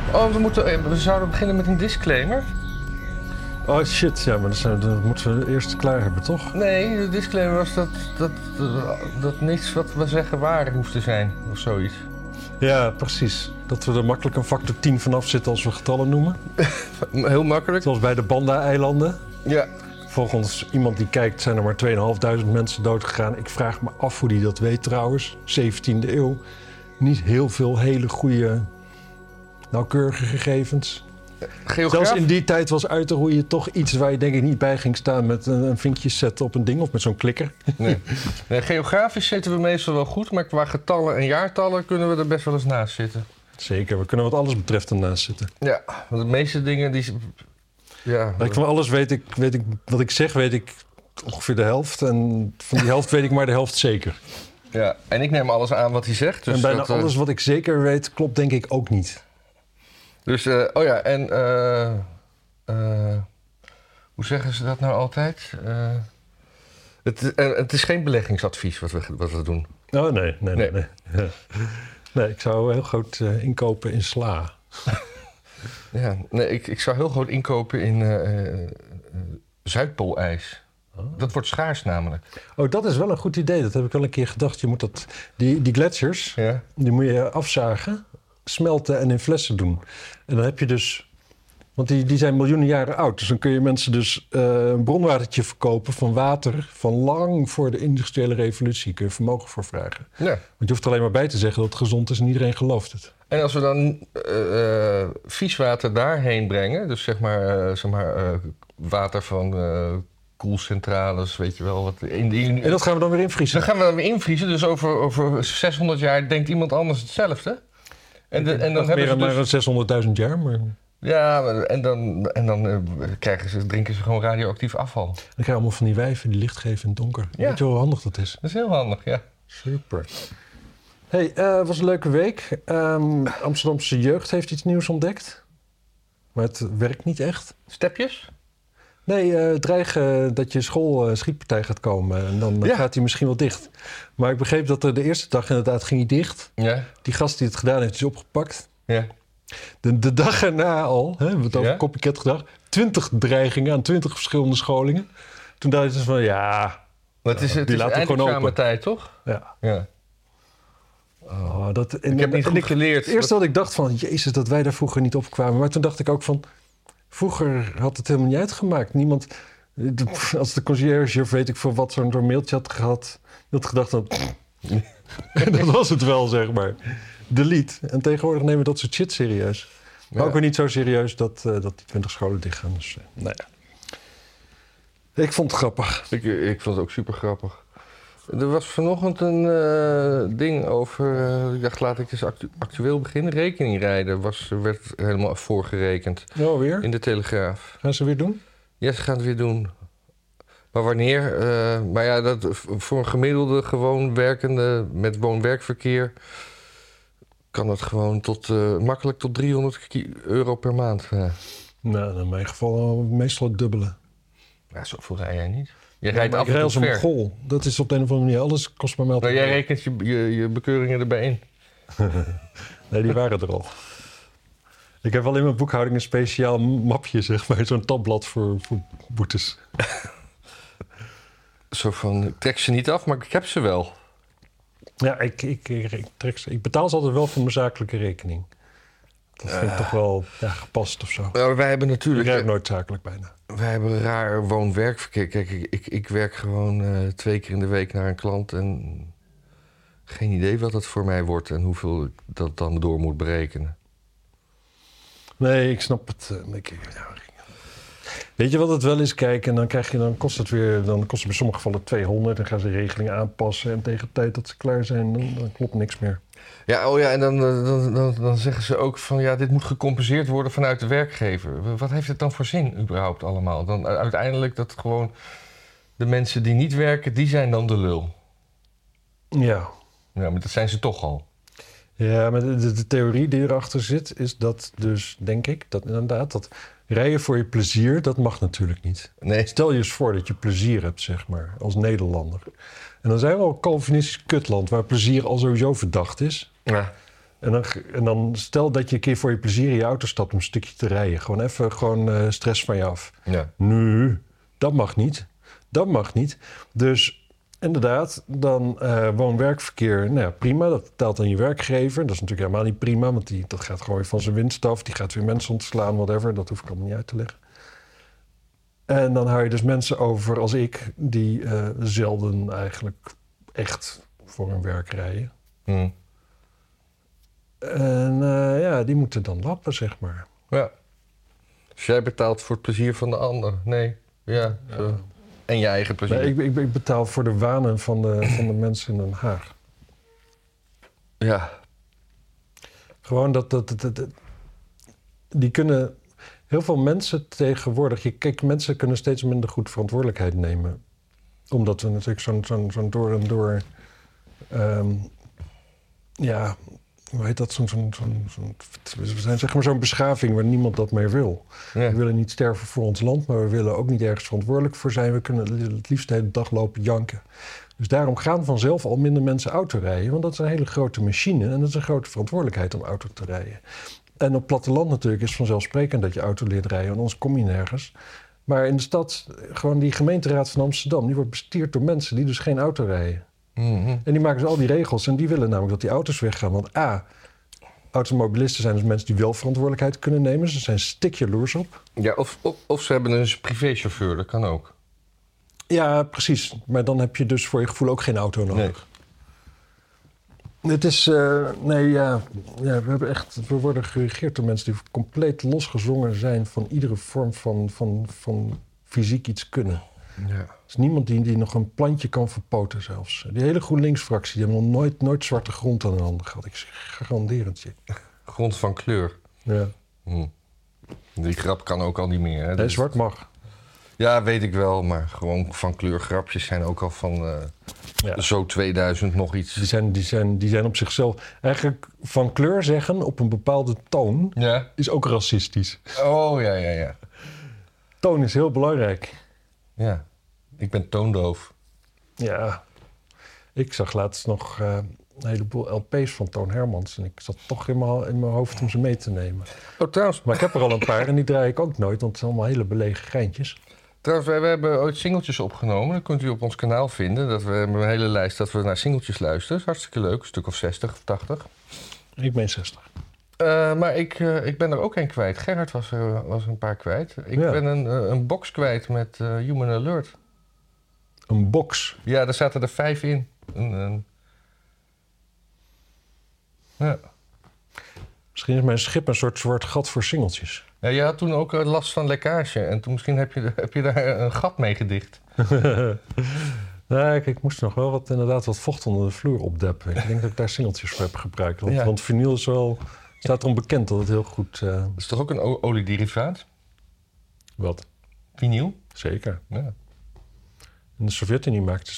Oh, we zouden beginnen met een disclaimer. Oh shit, ja, maar dat moeten we eerst klaar hebben, toch? Nee, de disclaimer was dat niks wat we zeggen waar hoeft te zijn, of zoiets. Ja, precies. Dat we er makkelijk een factor 10 vanaf zitten als we getallen noemen. Heel makkelijk. Zoals bij de Banda-eilanden. Ja. Volgens iemand die kijkt zijn er maar 2.500 mensen doodgegaan. Ik vraag me af hoe die dat weet trouwens. 17e eeuw. Niet heel veel hele goede, nauwkeurige gegevens. Geograaf? Zelfs in die tijd was uitroeien toch iets waar je denk ik niet bij ging staan met een vinkjes zetten op een ding of met zo'n klikker. Nee. Nee, geografisch zitten we meestal wel goed, maar qua getallen en jaartallen kunnen we er best wel eens naast zitten. Zeker, we kunnen wat alles betreft ernaast zitten. Ja, want de meeste dingen die... Ja. Van alles weet ik, wat ik zeg, weet ik ongeveer de helft. En van die helft weet ik maar de helft zeker. Ja, en ik neem alles aan wat hij zegt. Dus en bijna alles wat ik zeker weet, klopt denk ik ook niet. Dus, hoe zeggen ze dat nou altijd? Het is geen beleggingsadvies wat we doen. Oh, nee. Nee, ik zou heel groot inkopen in sla. Ja, nee, ik zou heel groot inkopen in Zuidpoolijs. Oh. Dat wordt schaars namelijk. Oh, dat is wel een goed idee. Dat heb ik wel een keer gedacht. Je moet die gletsjers, ja, die moet je afzagen, smelten en in flessen doen. En dan heb je dus... Want die zijn miljoenen jaren oud. Dus dan kun je mensen dus een bronwatertje verkopen van water van lang voor de industriële revolutie. Kun je vermogen voor vragen. Ja. Want je hoeft er alleen maar bij te zeggen dat het gezond is en iedereen gelooft het. En als we dan vies water daarheen brengen, dus zeg maar water van koelcentrales, weet je wel. Wat en dat gaan we dan weer invriezen? Dat gaan we dan weer invriezen. Dus over 600 jaar denkt iemand anders hetzelfde. En dan hebben ze maar 600.000 jaar, maar... Ja, en dan drinken ze gewoon radioactief afval. Dan krijg je allemaal van die wijven die licht geven in het donker. Ja. Weet je hoe handig dat is? Dat is heel handig, ja. Super. Hey, het was een leuke week. Amsterdamse jeugd heeft iets nieuws ontdekt. Maar het werkt niet echt. Stepjes? Nee, dreigen dat je school schietpartij gaat komen. En dan gaat hij misschien wel dicht. Maar ik begreep dat er de eerste dag inderdaad ging hij dicht. Ja. Die gast die het gedaan heeft is opgepakt. Ja. De dag erna al, we hebben het over copycat gedacht, 20 dreigingen aan 20 verschillende scholingen. Toen dacht je van maar het is eindexamenentijd, toch? Ja. Oh, ik heb niet goed geleerd. Het eerste wat ik dacht van, jezus, dat wij daar vroeger niet opkwamen. Maar toen dacht ik ook van, vroeger had het helemaal niet uitgemaakt. Niemand, als de conciërge of weet ik veel wat, zo'n mailtje had gehad, die had gedacht dat... dat was het wel, zeg maar. Delete. En tegenwoordig nemen we dat soort shit serieus. Maar ook weer niet zo serieus dat die 20 scholen dichtgaan. Dus, nou ja. Ik vond het grappig. Ik vond het ook super grappig. Er was vanochtend een ding over... ik dacht, laat ik eens actueel beginnen. Rekeningrijden werd helemaal voorgerekend. Oh, weer? In de Telegraaf. Gaan ze weer doen? Ja, ze gaan het weer doen. Maar wanneer? Maar ja, dat voor een gemiddelde gewoon werkende met woon-werkverkeer... kan het gewoon makkelijk tot €300 per maand. Ja. Nou, in mijn geval meestal het dubbele. Ja, zoveel rij jij niet. Je rijdt af en toe ver. Als een Mongool. Dat is op de een of andere manier alles kost maar melden. Nou, jij rekent je bekeuringen erbij in. Nee, die waren er al. Ik heb wel in mijn boekhouding een speciaal mapje, zeg maar. Zo'n tabblad voor boetes. Zo van, ik trek ze niet af, maar ik heb ze wel. Ja, ik betaal ze altijd wel van mijn zakelijke rekening. Dat vind ik toch wel gepast of zo. Ja, wij hebben natuurlijk... Ik rijd nooit zakelijk bijna. Wij hebben een raar woon-werkverkeer. Kijk, ik werk gewoon 2 keer in de week naar een klant... en geen idee wat dat voor mij wordt... en hoeveel ik dat dan door moet berekenen. Nee, ik snap het. Weet je wat het wel is? Kijk, en dan kost het in sommige gevallen 200... en gaan ze regelingen aanpassen... en tegen de tijd dat ze klaar zijn, dan klopt niks meer. Ja, en dan zeggen ze ook van... ja, dit moet gecompenseerd worden vanuit de werkgever. Wat heeft het dan voor zin überhaupt allemaal? Dan uiteindelijk dat gewoon de mensen die niet werken... die zijn dan de lul. Ja. Ja, maar dat zijn ze toch al. Ja, maar de theorie die erachter zit... is dat dus, denk ik, dat inderdaad... dat rijden voor je plezier, dat mag natuurlijk niet. Nee. Stel je eens voor dat je plezier hebt, zeg maar, als Nederlander. En dan zijn we al een Calvinistisch kutland... waar plezier al sowieso verdacht is. Ja. En dan stel dat je een keer voor je plezier in je auto stapt om een stukje te rijden. Gewoon even stress van je af. Ja. Nee, dat mag niet. Dat mag niet. Dus inderdaad, dan woon-werkverkeer. Nou ja, prima, dat betaalt aan je werkgever. Dat is natuurlijk helemaal niet prima, want dat gaat gewoon weer van zijn winst af. Die gaat weer mensen ontslaan, whatever. Dat hoef ik allemaal niet uit te leggen. En dan hou je dus mensen over als ik... die zelden eigenlijk echt voor hun werk rijden. En die moeten dan lappen, zeg maar. Ja. Dus jij betaalt voor het plezier van de ander? Nee. Ja. Zo. En je eigen plezier? Nee, ik betaal voor de wanen van de mensen in Den Haag. Ja. Gewoon die kunnen... Heel veel mensen tegenwoordig... Kijk, mensen kunnen steeds minder goed verantwoordelijkheid nemen. Omdat we natuurlijk zo'n door en door... hoe heet dat? We zijn zeg maar zo'n beschaving waar niemand dat meer wil. Ja. We willen niet sterven voor ons land, maar we willen ook niet ergens verantwoordelijk voor zijn. We kunnen het liefst de hele dag lopen janken. Dus daarom gaan vanzelf al minder mensen auto rijden. Want dat is een hele grote machine en dat is een grote verantwoordelijkheid om auto te rijden. En op platteland natuurlijk is vanzelfsprekend dat je auto leert rijden, want anders kom je nergens. Maar in de stad, gewoon die gemeenteraad van Amsterdam, die wordt bestuurd door mensen die dus geen auto rijden. Mm-hmm. En die maken dus al die regels en die willen namelijk dat die auto's weggaan. Want automobilisten zijn dus mensen die wel verantwoordelijkheid kunnen nemen. Ze zijn stikjaloers op. Ja, of ze hebben een privéchauffeur, dat kan ook. Ja, precies. Maar dan heb je dus voor je gevoel ook geen auto nodig. Nee. Het is... we worden geregeerd door mensen die compleet losgezongen zijn van iedere vorm van fysiek iets kunnen. Ja. Er is niemand die nog een plantje kan verpoten zelfs. Die hele GroenLinks-fractie, die hebben nog nooit zwarte grond aan de handen gehad. Ik garandeer het je. Grond van kleur. Ja. Die grap kan ook al niet meer. Hè? Nee, zwart mag. Ja, weet ik wel, maar gewoon van kleur grapjes zijn ook al van zo 2000 nog iets. Die zijn op zichzelf... Eigenlijk van kleur zeggen op een bepaalde toon is ook racistisch. Oh, ja. Toon is heel belangrijk. Ja, ik ben toondoof. Ja, ik zag laatst nog een heleboel LP's van Toon Hermans. En ik zat toch in mijn hoofd om ze mee te nemen. Oh, trouwens. Maar ik heb er al een paar en die draai ik ook nooit, want het zijn allemaal hele belegen geintjes. Trouwens, we hebben ooit singeltjes opgenomen. Dat kunt u op ons kanaal vinden. We hebben een hele lijst dat we naar singeltjes luisteren. Hartstikke leuk, een stuk of 60 of 80. Ik ben 60. Maar ik ben er ook een kwijt. Gerhard was een paar kwijt. Ik ben een box kwijt met Human Alert. Een box? Ja, daar zaten er 5 in. Ja. Misschien is mijn schip een soort zwart gat voor singeltjes. Ja, je had toen ook last van lekkage. En toen misschien heb je daar een gat mee gedicht. Nee, ik moest nog wel inderdaad wat vocht onder de vloer opdeppen. Ik denk dat ik daar singeltjes voor heb gebruikt. Want vinyl is wel... staat erom bekend dat het heel goed... Dat is toch ook een oliederivaat? Wat? Vinyl? Zeker. Ja. In de Sovjet-Unie maakten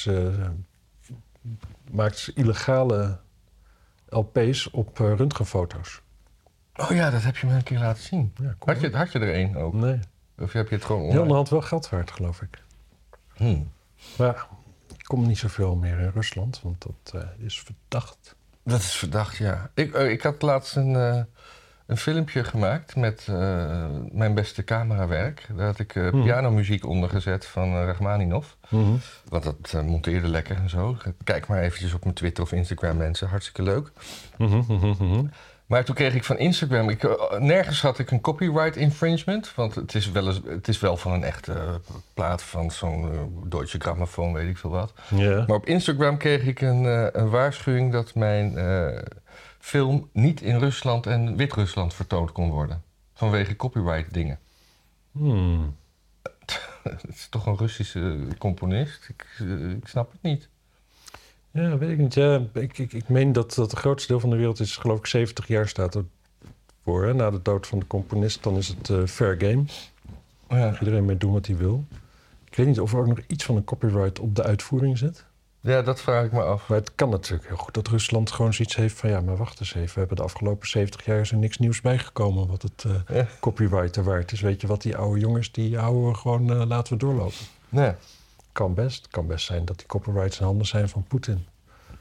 ze illegale LP's op röntgenfoto's. Oh ja, dat heb je me een keer laten zien. Ja, cool. Had je er een ook? Nee. Of heb je het gewoon online? Heel onderhand wel geld waard, geloof ik. Maar ik kom niet zoveel meer in Rusland, want dat is verdacht. Dat is verdacht, ja. Ik had laatst een filmpje gemaakt met mijn beste camerawerk. Daar had ik pianomuziek onder gezet van Rachmaninov. Mm-hmm. Want dat monteerde lekker en zo. Kijk maar eventjes op mijn Twitter of Instagram, mensen. Hartstikke leuk. Mm-hmm. Maar toen kreeg ik van Instagram... nergens had ik een copyright infringement. Want het is wel van een echte plaat van zo'n Deutsche Grammophon, weet ik veel wat. Yeah. Maar op Instagram kreeg ik een waarschuwing dat mijn film niet in Rusland en Wit-Rusland vertoond kon worden. Vanwege copyright dingen. Het is toch een Russische componist? Ik snap het niet. Ja, weet ik niet. Ja, ik meen dat het grootste deel van de wereld is, geloof ik, 70 jaar staat ervoor. Hè? Na de dood van de componist, dan is het fair game. Ja. Iedereen mee doen wat hij wil. Ik weet niet of er ook nog iets van een copyright op de uitvoering zit. Ja, dat vraag ik me af. Maar het kan natuurlijk heel goed dat Rusland gewoon zoiets heeft van... ja, maar wacht eens even, we hebben de afgelopen 70 jaar is er niks nieuws bijgekomen... wat het copyrighten waard is. Weet je wat, die oude jongens, die houden we gewoon, laten we doorlopen. Nee. Kan best zijn dat die copyrights in handen zijn van Poetin.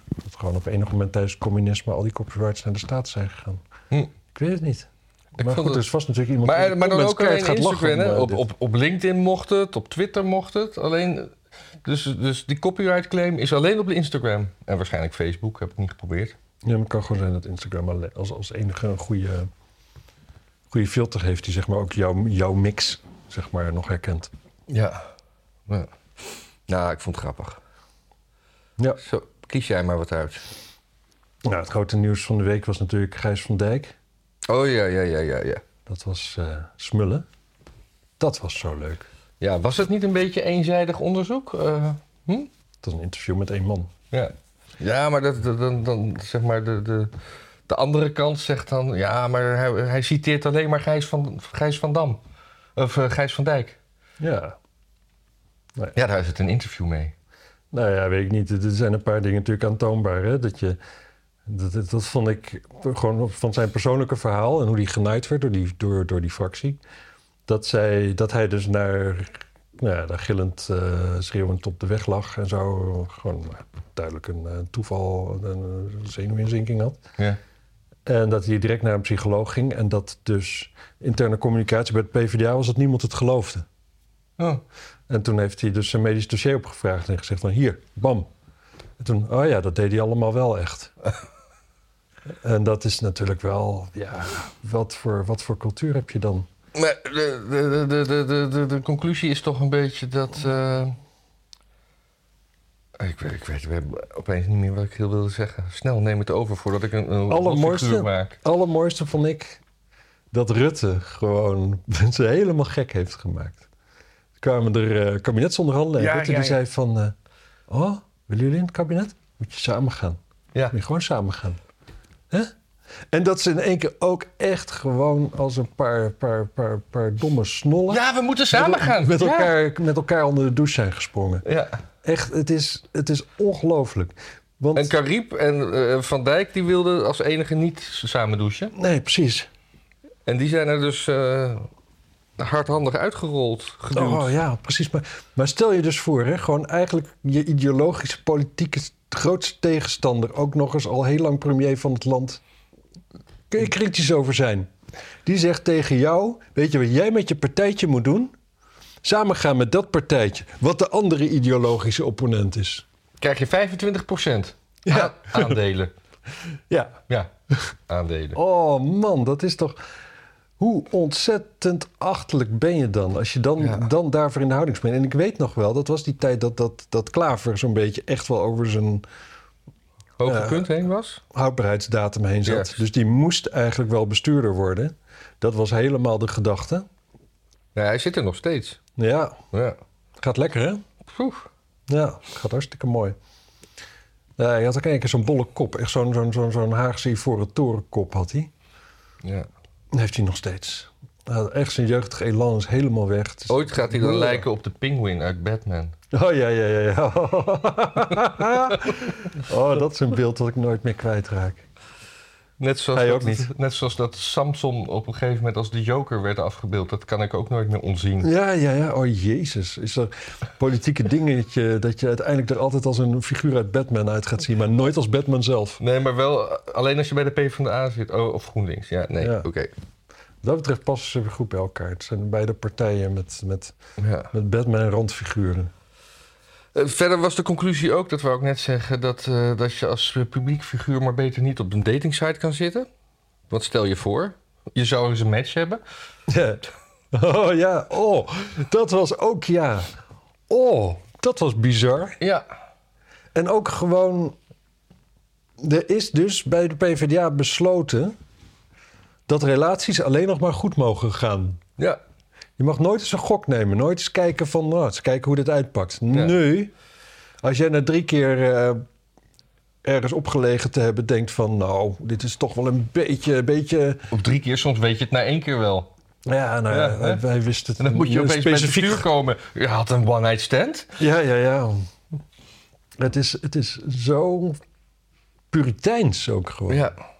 Dat gewoon op enig moment tijdens het communisme al die copyrights naar de staat zijn gegaan. Ik weet het niet. Maar goed, er is vast natuurlijk iemand... Maar dan ook alleen gaat Instagram, lachen hè? Op LinkedIn mocht het, op Twitter mocht het. Alleen, dus die copyright claim is alleen op Instagram. En waarschijnlijk Facebook, heb ik niet geprobeerd. Ja, maar het kan gewoon zijn dat Instagram als enige een goede filter heeft... die zeg maar ook jouw mix zeg maar, nog herkent. Ja. Nou, ik vond het grappig. Ja. Zo, kies jij maar wat uit. Nou, het grote nieuws van de week was natuurlijk Gijs van Dijk. Oh ja. Dat was smullen. Dat was zo leuk. Ja, was het niet een beetje eenzijdig onderzoek? Het was een interview met 1 man. Ja, maar dan zeg maar de andere kant zegt dan... Ja, maar hij citeert alleen maar Gijs van Dam. Of Gijs van Dijk. Ja. Nee. Ja, daar is het een interview mee. Nou ja, weet ik niet. Er zijn een paar dingen natuurlijk aantoonbaar. Hè? Dat vond ik gewoon van zijn persoonlijke verhaal... en hoe die genaaid werd door die fractie. Dat hij dus daar gillend, schreeuwend op de weg lag en zo. Gewoon duidelijk een toeval, een zenuwinzinking had. Ja. En dat hij direct naar een psycholoog ging. En dat dus interne communicatie bij de PvdA was dat niemand het geloofde. Oh. En toen heeft hij dus zijn medisch dossier opgevraagd en gezegd van hier, bam. En toen, oh ja, dat deed hij allemaal wel echt. En dat is natuurlijk wel, ja, wat voor cultuur heb je dan? Maar de conclusie is toch een beetje dat... Ik weet opeens niet meer wat ik heel wilde zeggen. Snel, neem het over voordat ik een figuur maak. Allermooiste vond ik dat Rutte gewoon mensen helemaal gek heeft gemaakt. Er kwamen er kabinetsonderhandelen en Rutte die zei van... willen jullie in het kabinet? Moet je samen gaan. Ja. Moet je gewoon samen gaan. Hè? En dat ze in één keer ook echt gewoon als een paar domme snollen... Ja, we moeten samen gaan. Met elkaar onder de douche zijn gesprongen. Ja. Echt, het is ongelooflijk. Want... En Cariep en Van Dijk die wilden als enige niet samen douchen. Nee, precies. En die zijn er dus hardhandig uitgerold, geduwd. Oh ja, precies. Maar stel je dus voor, hè, gewoon eigenlijk je ideologische, politieke grootste tegenstander... ook nog eens al heel lang premier van het land... kun je kritisch over zijn. Die zegt tegen jou, weet je wat jij met je partijtje moet doen? Samen gaan met dat partijtje, wat de andere ideologische opponent is. Krijg je 25% aandelen. Ja. Ja, aandelen. Oh man, dat is toch... Hoe ontzettend achterlijk ben je dan... als je dan daarvoor in de houding bent. En ik weet nog wel, dat was die tijd dat Klaver... zo'n beetje echt wel over zijn... hoge punt heen was? Houdbaarheidsdatum heen zat. Yes. Dus die moest eigenlijk wel bestuurder worden. Dat was helemaal de gedachte. Ja, hij zit er nog steeds. Ja. Gaat lekker, hè? Poef. Ja, gaat hartstikke mooi. Hij had ook een keer zo'n bolle kop. Echt zo'n Haagse ivoren torenkop had hij. Ja. Dat heeft hij nog steeds. Echt zijn jeugdige elan is helemaal weg. Ooit gaat hij dan lijken op de Penguin uit Batman. Oh ja. Oh, dat is een beeld dat ik nooit meer kwijtraak. Net zoals, Hij ook niet. Net zoals dat Samson op een gegeven moment als de Joker werd afgebeeld. Dat kan ik ook nooit meer ontzien. Ja. Oh, jezus. Is er politieke dingetje dat je uiteindelijk er altijd als een figuur uit Batman uit gaat zien... maar nooit als Batman zelf? Nee, maar wel alleen als je bij de PvdA zit. Oh, of GroenLinks. Ja, nee, Ja. oké. Wat dat betreft passen ze weer goed bij elkaar. Het zijn beide partijen met Batman randfiguren. Verder was de conclusie ook, dat wou ik net zeggen... dat je als publiek figuur maar beter niet op een datingsite kan zitten. Want stel je voor, je zou eens een match hebben. Ja. Oh ja, dat was ook dat was bizar. Ja. En ook gewoon... Er is dus bij de PvdA besloten... dat relaties alleen nog maar goed mogen gaan. Ja. Je mag nooit eens een gok nemen. Nooit eens kijken van... eens kijken hoe dit uitpakt. Ja. Nee. Als jij na 3 keer ergens opgelegen te hebben... denkt van... nou, dit is toch wel een beetje... Op 3 keer, soms weet je het na 1 keer wel. Ja, wij wisten het. En dan moet je opeens specifiek bij het vuur komen. Je had een one-night stand. Ja. Het is zo puriteins ook gewoon.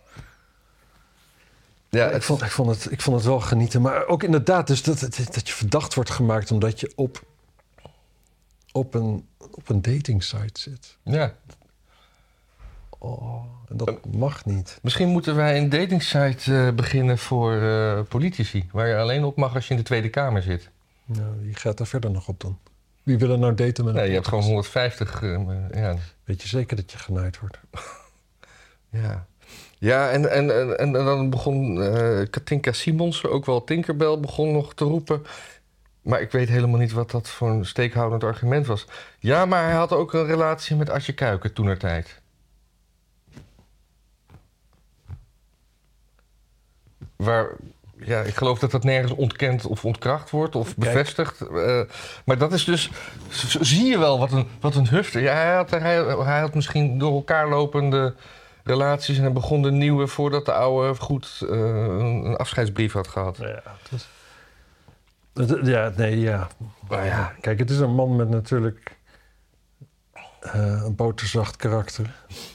Ja, ik vond het wel genieten. Maar ook inderdaad, dus dat je verdacht wordt gemaakt... omdat je op een datingsite zit. Ja. Oh, en dat mag niet. Misschien moeten wij een datingsite beginnen voor politici. Waar je alleen op mag als je in de Tweede Kamer zit. Nou, wie gaat daar verder nog op dan? Wie wil er nou daten met een Nee, je hebt gewoon podcast? 150. Ja. Weet je zeker dat je genaaid wordt? Ja, ja en dan begon Katinka Simons, ook wel Tinkerbell, begon nog te roepen. Maar ik weet helemaal niet wat dat voor een steekhoudend argument was. Ja, maar hij had ook een relatie met Asje Kuiken toentertijd. Waar, ja, ik geloof dat dat nergens ontkend of ontkracht wordt of bevestigd. Maar dat is dus... Zie je wel wat een hufte. Ja, hij had misschien door elkaar lopende relaties en hij begon de nieuwe voordat de oude goed een afscheidsbrief had gehad. Ja, Maar ja, kijk, het is een man met natuurlijk een boterzacht karakter.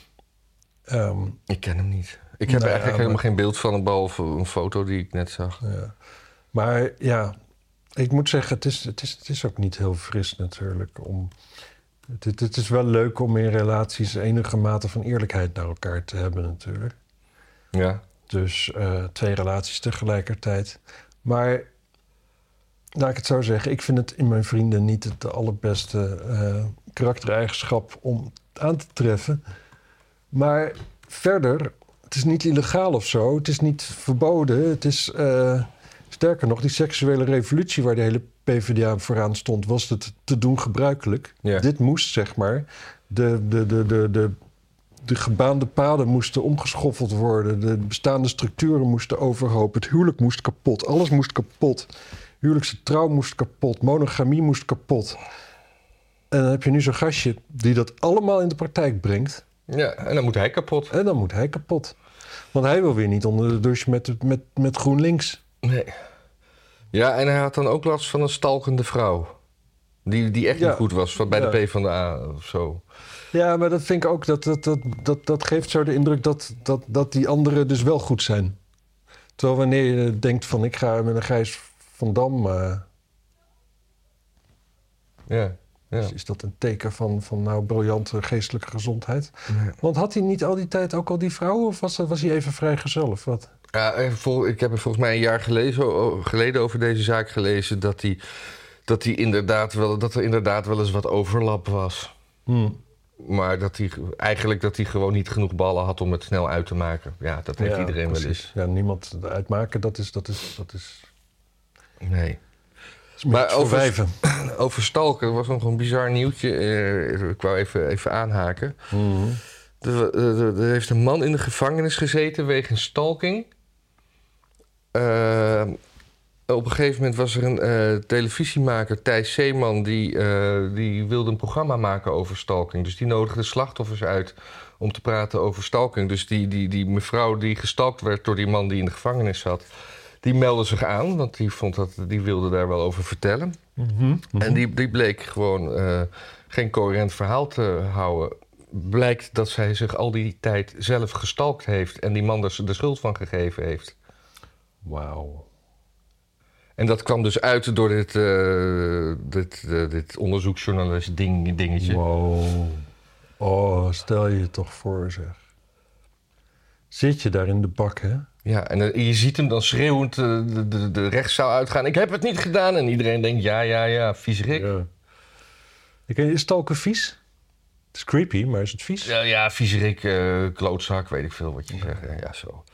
Ik ken hem niet. Ik heb eigenlijk helemaal geen beeld van hem, behalve een foto die ik net zag. Ja. Maar ja, ik moet zeggen, het is ook niet heel fris natuurlijk. Het is wel leuk om in relaties enige mate van eerlijkheid naar elkaar te hebben natuurlijk. Ja. Dus 2 relaties tegelijkertijd. Maar laat ik het zo zeggen, ik vind het in mijn vrienden niet het allerbeste karaktereigenschap om aan te treffen. Maar verder, het is niet illegaal of zo. Het is niet verboden. Het is, sterker nog, die seksuele revolutie waar de hele PvdA vooraan stond, was het te doen gebruikelijk. Ja. Dit moest, zeg maar. De gebaande paden moesten omgeschoffeld worden. De bestaande structuren moesten overhoop. Het huwelijk moest kapot. Alles moest kapot. Huwelijkse trouw moest kapot. Monogamie moest kapot. En dan heb je nu zo'n gastje die dat allemaal in de praktijk brengt. Ja, en dan moet hij kapot. En dan moet hij kapot. Want hij wil weer niet onder de douche met GroenLinks. Nee. Ja, en hij had dan ook last van een stalkende vrouw. Die echt niet goed was, bij de PvdA of zo. Ja, maar dat vind ik ook, dat geeft zo de indruk dat die anderen dus wel goed zijn. Terwijl wanneer je denkt van ik ga met een Gijs van Dam... Ja. Is dat een teken van nou briljante geestelijke gezondheid? Nee. Want had hij niet al die tijd ook al die vrouw? Of was hij even vrijgezel of wat? Ja, ik heb er volgens mij een jaar geleden over deze zaak gelezen... dat er inderdaad wel eens wat overlap was. Maar dat hij gewoon niet genoeg ballen had om het snel uit te maken. Ja, dat heeft iedereen precies. wel eens. Ja, niemand uitmaken, dat is... Nee. Maar over stalken, er was nog een bizar nieuwtje. Ik wou even aanhaken. Mm-hmm. Er heeft een man in de gevangenis gezeten wegens stalking. Op een gegeven moment was er een televisiemaker, Thijs Zeeman... die wilde een programma maken over stalking. Dus die nodigde slachtoffers uit om te praten over stalking. Dus die mevrouw die gestalkt werd door die man die in de gevangenis zat... die meldde zich aan, want die wilde daar wel over vertellen. Mm-hmm. En die bleek gewoon geen coherent verhaal te houden. Blijkt dat zij zich al die tijd zelf gestalkt heeft... en die man er de schuld van gegeven heeft. Wauw. En dat kwam dus uit door dit onderzoeksjournalist dingetje. Wow. Oh, stel je toch voor, zeg. Zit je daar in de bak, hè? Ja, en je ziet hem dan schreeuwend de rechtszaal uitgaan. Ik heb het niet gedaan. En iedereen denkt, ja, viezerik. Ja. Is stalken vies? Het is creepy, maar is het vies? Ja, viezerik, klootzak, weet ik veel wat je zegt. Ja, zo.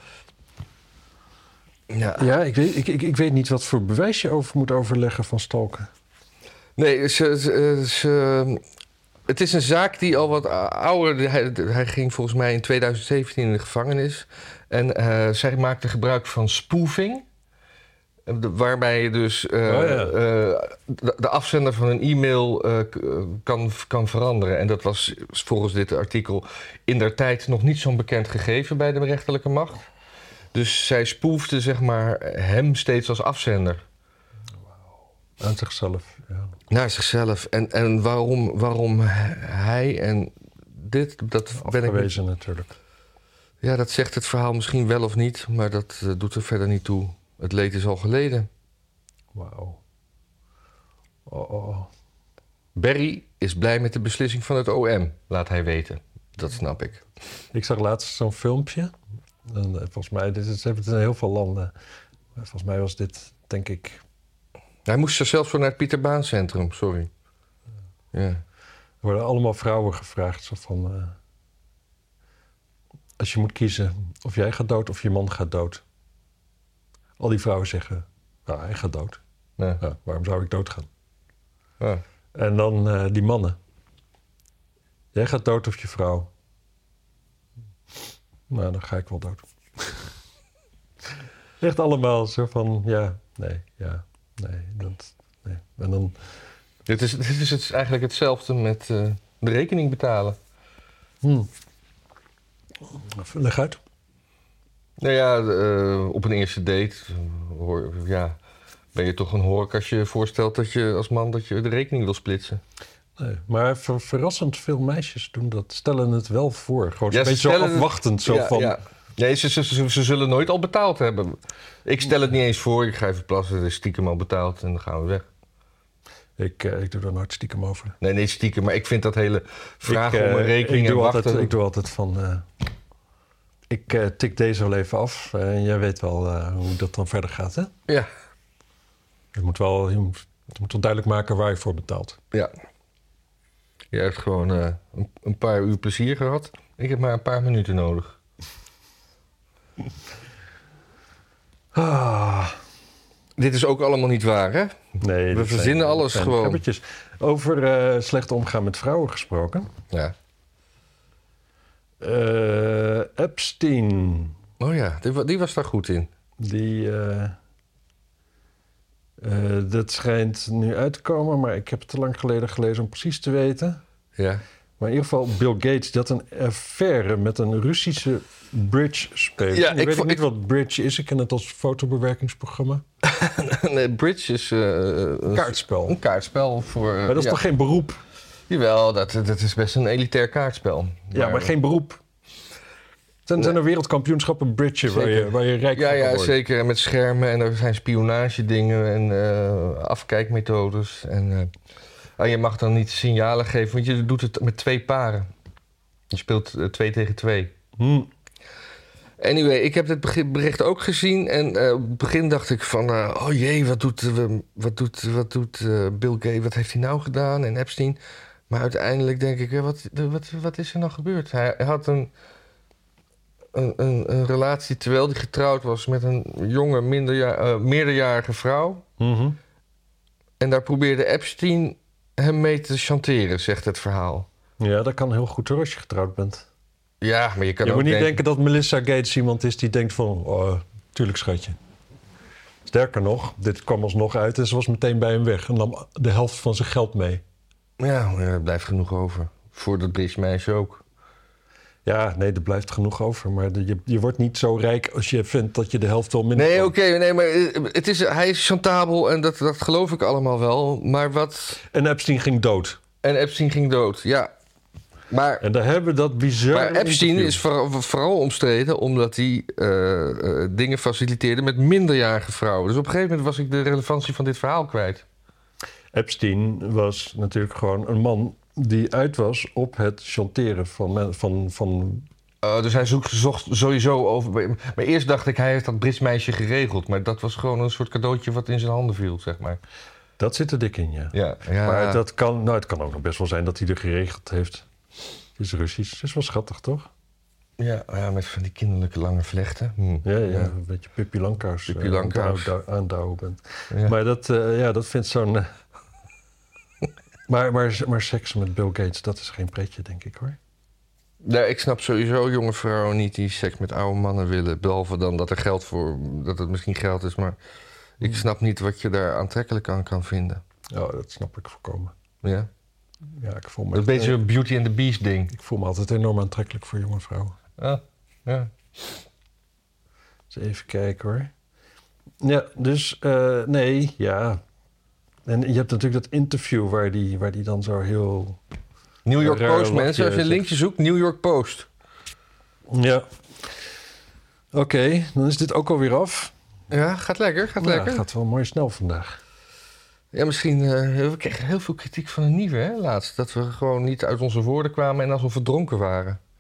Ja, ik weet niet wat voor bewijs je over moet overleggen van stalken. Nee, het is een zaak die al wat ouder... Hij ging volgens mij in 2017 in de gevangenis. En zij maakte gebruik van spoofing. Waarbij je dus de afzender van een e-mail kan veranderen. En dat was volgens dit artikel indertijd nog niet zo'n bekend gegeven bij de rechterlijke macht. Dus zij spoefde zeg maar hem steeds als afzender. Aan zichzelf, ja. Naar zichzelf. En waarom hij en dit... Dat afgewezen natuurlijk. Ja, dat zegt het verhaal misschien wel of niet, maar dat doet er verder niet toe. Het leed is al geleden. Wauw. Oh. Barry is blij met de beslissing van het OM, laat hij weten. Dat snap ik. Ik zag laatst zo'n filmpje. En, volgens mij, ze hebben het in heel veel landen. Maar volgens mij was dit, denk ik... Hij moest zelfs voor naar het Pieter Baan Centrum, sorry. Ja. Er worden allemaal vrouwen gevraagd. Zo van, als je moet kiezen of jij gaat dood of je man gaat dood. Al die vrouwen zeggen, nou, hij gaat dood. Ja. Ja, waarom zou ik doodgaan? Ja. En dan die mannen. Jij gaat dood of je vrouw? Nou, dan ga ik wel dood. Echt allemaal zo van, ja, nee. En dan... Dit is eigenlijk hetzelfde met de rekening betalen. Leg uit. Nou ja, op een eerste date ben je toch een hork als je voorstelt dat je als man dat je de rekening wil splitsen. Nee, maar verrassend veel meisjes doen dat, stellen het wel voor. Gewoon een beetje zo stellen afwachtend. Zo ja, van... Ja. Nee, ze zullen nooit al betaald hebben. Ik stel het niet eens voor. Ik ga even plassen, het is stiekem al betaald en dan gaan we weg. Ik doe daar nooit stiekem over. Nee, stiekem. Maar ik vind dat hele vragen om een rekening en wachten... Ik doe altijd van... ik tik deze wel even af. En jij weet wel hoe dat dan verder gaat, hè? Ja. Je moet wel duidelijk maken waar je voor betaalt. Ja. Je hebt gewoon een paar uur plezier gehad. Ik heb maar een paar minuten nodig. Dit is ook allemaal niet waar, hè? Nee, we verzinnen alles gewoon. Gebbertjes. Over slecht omgaan met vrouwen gesproken. Ja. Epstein. Oh ja, die was daar goed in. Dat schijnt nu uit te komen, maar ik heb het te lang geleden gelezen om precies te weten. Ja. Maar in ieder geval, Bill Gates die had een affaire met een Russische bridge-speler. Ja, ik weet niet wat bridge is. Ik ken het als fotobewerkingsprogramma. Nee, bridge is... kaartspel. Een kaartspel voor... maar dat is toch geen beroep? Jawel, dat is best een elitair kaartspel. Ja, maar geen beroep. Zijn er wereldkampioenschappen bridge waar je rijk van wordt? Ja, zeker. En met schermen en er zijn spionagedingen en afkijkmethodes. En je mag dan niet signalen geven, want je doet het met 2 paren. Je speelt 2 tegen 2. Anyway, ik heb dit bericht ook gezien. En op het begin dacht ik van... oh jee, wat doet Bill Gates? Wat heeft hij nou gedaan? En Epstein. Maar uiteindelijk denk ik... wat is er nou gebeurd? Hij had een relatie terwijl hij getrouwd was... met een jonge, meerderjarige vrouw. Mm-hmm. En daar probeerde Epstein hem mee te chanteren, zegt het verhaal. Ja, dat kan heel goed hoor als je getrouwd bent. Ja, maar je kan je ook moet niet denken dat Melissa Gates iemand is die denkt van... oh, tuurlijk schatje. Sterker nog, dit kwam alsnog uit en ze was meteen bij hem weg... en nam de helft van zijn geld mee. Ja, maar er blijft genoeg over. Voor dat Brits meisje ook. Ja, nee, er blijft genoeg over. Maar je wordt niet zo rijk als je vindt dat je de helft wel minder... Nee, oké, maar hij is chantabel en dat geloof ik allemaal wel. Maar wat... En Epstein ging dood. Ja. Maar, en daar hebben we dat bizar... Maar Epstein is vooral omstreden omdat hij dingen faciliteerde met minderjarige vrouwen. Dus op een gegeven moment was ik de relevantie van dit verhaal kwijt. Epstein was natuurlijk gewoon een man die uit was op het chanteren van dus hij zocht sowieso over... Maar eerst dacht ik, hij heeft dat Brits meisje geregeld. Maar dat was gewoon een soort cadeautje wat in zijn handen viel, zeg maar. Dat zit er dik in, ja. Ja. Maar het kan ook nog best wel zijn dat hij er geregeld heeft. Het is Russisch. Het is wel schattig, toch? Ja, met van die kinderlijke lange vlechten. Ja, een beetje Pippi Langkous. Aandouwen bent. Ja. Maar dat vindt zo'n... maar seks met Bill Gates, dat is geen pretje, denk ik, hoor. Nee, ik snap sowieso jonge vrouwen niet die seks met oude mannen willen. Behalve dan dat het misschien geld is, maar ik snap niet wat je daar aantrekkelijk aan kan vinden. Ja, dat snap ik volkomen. Ja? Ja, ik voel me... Dat is een beetje een Beauty and the Beast ding. Ik voel me altijd enorm aantrekkelijk voor jonge vrouwen. Ah, ja. Dus even kijken, hoor. Ja, dus nee, ja. En je hebt natuurlijk dat interview waar die dan zo heel... New York Post, mensen. Als je een linkje zoekt, New York Post. Ja. Oké, dan is dit ook alweer af. Ja, gaat lekker. Het gaat wel mooi snel vandaag. Ja, misschien... we kregen heel veel kritiek van een nieuwe, hè, laatst. Dat we gewoon niet uit onze woorden kwamen en alsof we dronken waren.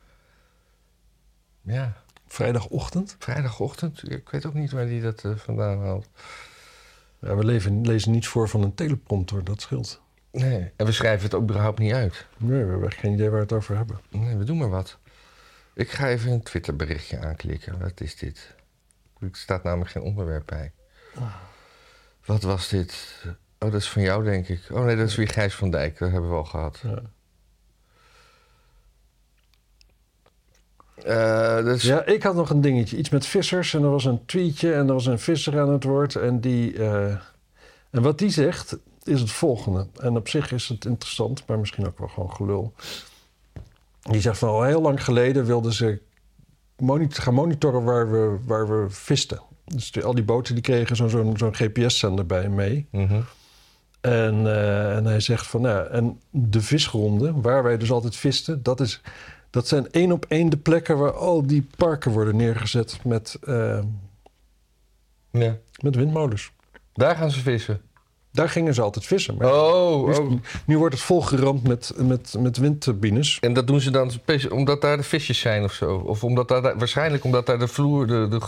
Ja. Vrijdagochtend? Vrijdagochtend. Ik weet ook niet waar die dat vandaan haalt. Ja, we lezen niets voor van een teleprompter, dat scheelt. Nee, en we schrijven het ook überhaupt niet uit. Nee, we hebben echt geen idee waar we het over hebben. Nee, we doen maar wat. Ik ga even een Twitterberichtje aanklikken. Wat is dit? Er staat namelijk geen onderwerp bij. Wat was dit? Oh, dat is van jou, denk ik. Oh nee, dat is weer Gijs van Dijk. Dat hebben we al gehad. Ja. Ja, ik had nog een dingetje. Iets met vissers. En er was een tweetje. En er was een visser aan het woord. En wat die zegt, is het volgende. En op zich is het interessant, maar misschien ook wel gewoon gelul. Die zegt van al heel lang geleden wilden ze gaan monitoren waar we visten. Dus al die boten die kregen zo'n GPS-zender bij mee. Mm-hmm. En hij zegt van en de visgronden, waar wij dus altijd visten, dat zijn 1 op 1 de plekken waar al die parken worden neergezet met windmolens. Daar gaan ze vissen. Daar gingen ze altijd vissen. Maar nu wordt het volgeramd met windturbines. En dat doen ze dan omdat daar de visjes zijn of zo? Of waarschijnlijk omdat daar de vloer,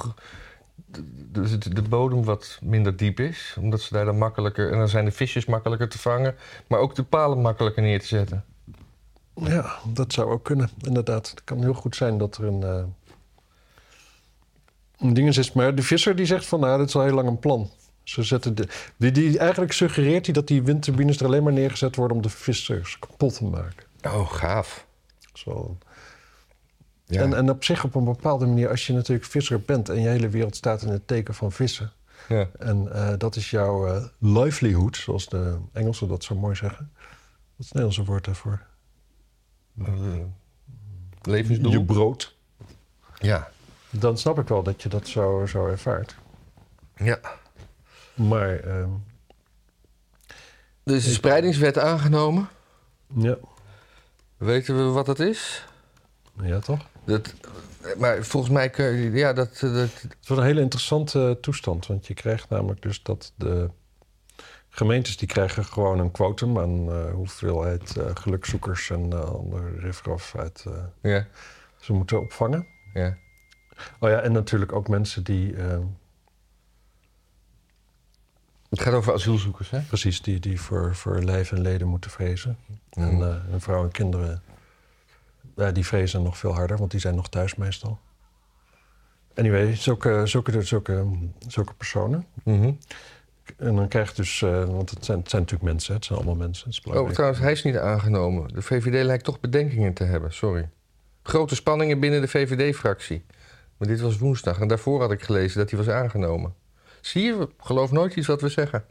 de bodem wat minder diep is. Omdat ze daar dan makkelijker... En dan zijn de visjes makkelijker te vangen. Maar ook de palen makkelijker neer te zetten. Ja, dat zou ook kunnen, inderdaad. Het kan heel goed zijn dat er een ding is. Maar de visser die zegt van, dat is al heel lang een plan. Ze zetten die eigenlijk suggereert hij dat die windturbines er alleen maar neergezet worden om de vissers kapot te maken. Oh, gaaf. Zo. Ja. En op zich op een bepaalde manier, als je natuurlijk visser bent en je hele wereld staat in het teken van vissen. Ja. En dat is jouw livelihood, zoals de Engelsen dat zo mooi zeggen. Wat is het Nederlandse woord daarvoor? Levensdoel? Je brood. Ja. Dan snap ik wel dat je dat zo ervaart. Ja. Maar... Er is de spreidingswet aangenomen. Ja. Weten we wat dat is? Ja, toch? Maar volgens mij kun je... Ja, Het wordt een hele interessante toestand. Want je krijgt namelijk dus dat de gemeentes... die krijgen gewoon een quotum aan hoeveelheid gelukzoekers... en andere riffraff uit ze moeten opvangen. Ja. Oh ja, en natuurlijk ook mensen die... Het gaat over asielzoekers, hè? Precies, die voor lijf en leden moeten vrezen. Mm. En vrouwen en kinderen... die vrezen nog veel harder, want die zijn nog thuis meestal. Anyway, zulke personen. Mm-hmm. En dan krijg je dus... want het zijn natuurlijk mensen, het zijn allemaal mensen. Het is belangrijk. Trouwens, hij is niet aangenomen. De VVD lijkt toch bedenkingen te hebben, sorry. Grote spanningen binnen de VVD-fractie. Maar dit was woensdag en daarvoor had ik gelezen dat hij was aangenomen. Zie je, geloof nooit iets wat we zeggen.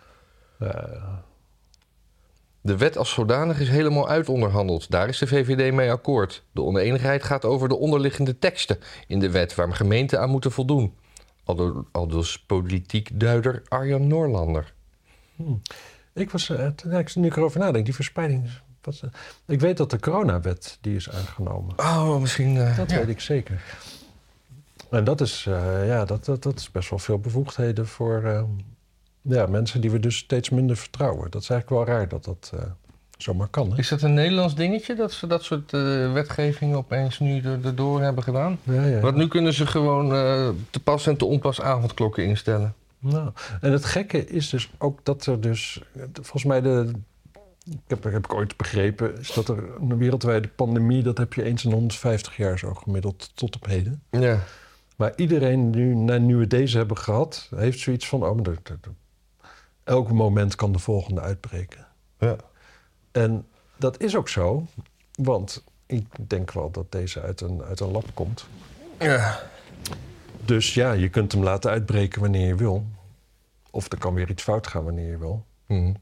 De wet als zodanig is helemaal uitonderhandeld. Daar is de VVD mee akkoord. De oneenigheid gaat over de onderliggende teksten in de wet... waar gemeenten aan moeten voldoen. Aldus politiek duider Arjan Noorlander. Ik was, nu ik erover nadenk, die verspreiding... ik weet dat de coronawet, die is aangenomen. Oh, misschien... dat weet ik zeker. En dat is, dat is best wel veel bevoegdheden voor mensen die we dus steeds minder vertrouwen. Dat is eigenlijk wel raar dat dat zomaar kan. Hè? Is dat een Nederlands dingetje, dat ze dat soort wetgevingen opeens nu erdoor hebben gedaan? Ja. Want nu kunnen ze gewoon te pas en te onpas avondklokken instellen. Nou, en het gekke is dus ook dat er dus, volgens mij heb ik ooit begrepen, is dat er een wereldwijde pandemie, dat heb je eens in 150 jaar zo gemiddeld tot op heden. Ja. Maar iedereen nu we deze hebben gehad, heeft zoiets van, elk moment kan de volgende uitbreken. Ja. En dat is ook zo, want ik denk wel dat deze uit een lab komt. Ja. Dus ja, je kunt hem laten uitbreken wanneer je wil. Of er kan weer iets fout gaan wanneer je wil. Mm.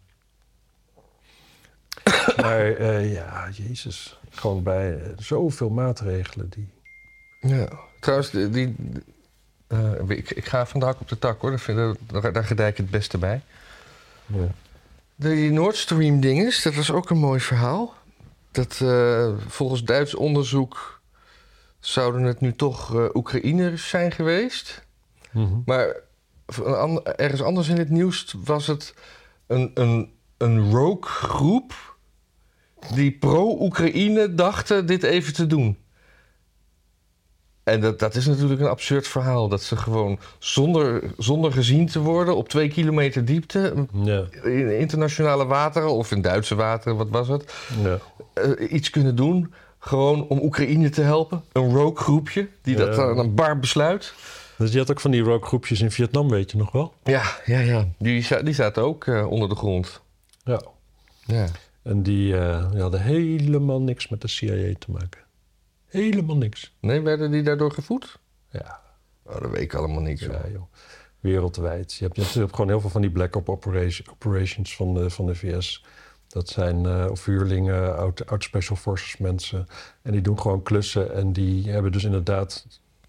Maar jezus, gewoon bij zoveel maatregelen die... Ja, trouwens, ik ga van de hak op de tak, hoor. Daar gedij ik het beste bij. Ja. Die Nord Stream dinges, dat was ook een mooi verhaal. Dat volgens Duits onderzoek zouden het nu toch Oekraïners zijn geweest. Mm-hmm. Maar ergens anders in het nieuws was het een rogue groep die pro-Oekraïne dachten dit even te doen. En dat is natuurlijk een absurd verhaal. Dat ze gewoon zonder gezien te worden op 2 kilometer diepte... in internationale wateren of in Duitse wateren, wat was het? Ja. Iets kunnen doen, gewoon om Oekraïne te helpen. Een rogue groepje die dat aan een bar besluit. Dus je had ook van die rogue groepjes in Vietnam, weet je nog wel? Ja. Die zaten ook onder de grond. Ja. En die hadden helemaal niks met de CIA te maken. Helemaal niks. Nee, werden die daardoor gevoed? Ja. Oh, dat weet ik allemaal niet. Ja, joh. Wereldwijd. Je hebt gewoon heel veel van die black op operations van de VS. Dat zijn of huurlingen, oud special forces mensen. En die doen gewoon klussen. En die hebben dus inderdaad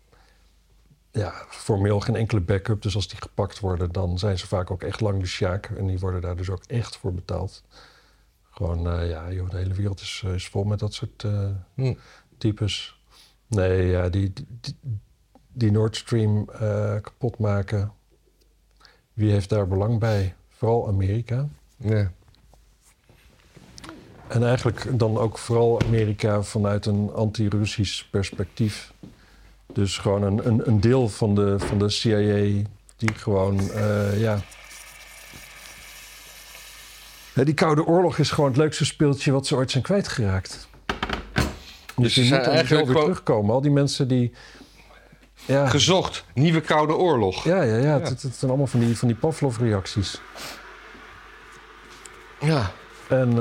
formeel geen enkele backup. Dus als die gepakt worden, dan zijn ze vaak ook echt lang de sjaak. En die worden daar dus ook echt voor betaald. Gewoon, de hele wereld is vol met dat soort types. Nee, die Nord Stream kapot maken. Wie heeft daar belang bij? Vooral Amerika. Ja. En eigenlijk dan ook vooral Amerika vanuit een anti-Russisch perspectief. Dus gewoon een deel van de CIA die gewoon, Die Koude Oorlog is gewoon het leukste speeltje wat ze ooit zijn kwijtgeraakt. Dus die moeten eigenlijk weer terugkomen. Al die mensen die... Ja. Gezocht. Nieuwe Koude Oorlog. Ja. Het zijn allemaal van die Pavlov-reacties. Ja. En...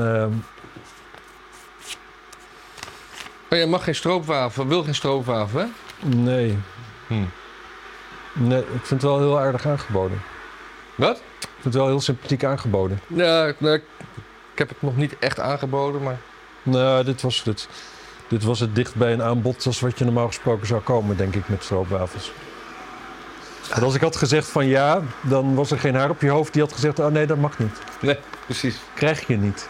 je mag geen stroopwafel. Wil geen stroopwafel, hè? Nee. Nee, ik vind het wel heel aardig aangeboden. Wat? Ik vind het wel heel sympathiek aangeboden. Ja, ik heb het nog niet echt aangeboden, maar... Nou, dit was het dicht bij een aanbod als wat je normaal gesproken zou komen, denk ik, met stroopwafels. Want als ik had gezegd van ja, dan was er geen haar op je hoofd die had gezegd, oh nee, dat mag niet. Nee, precies. Krijg je niet.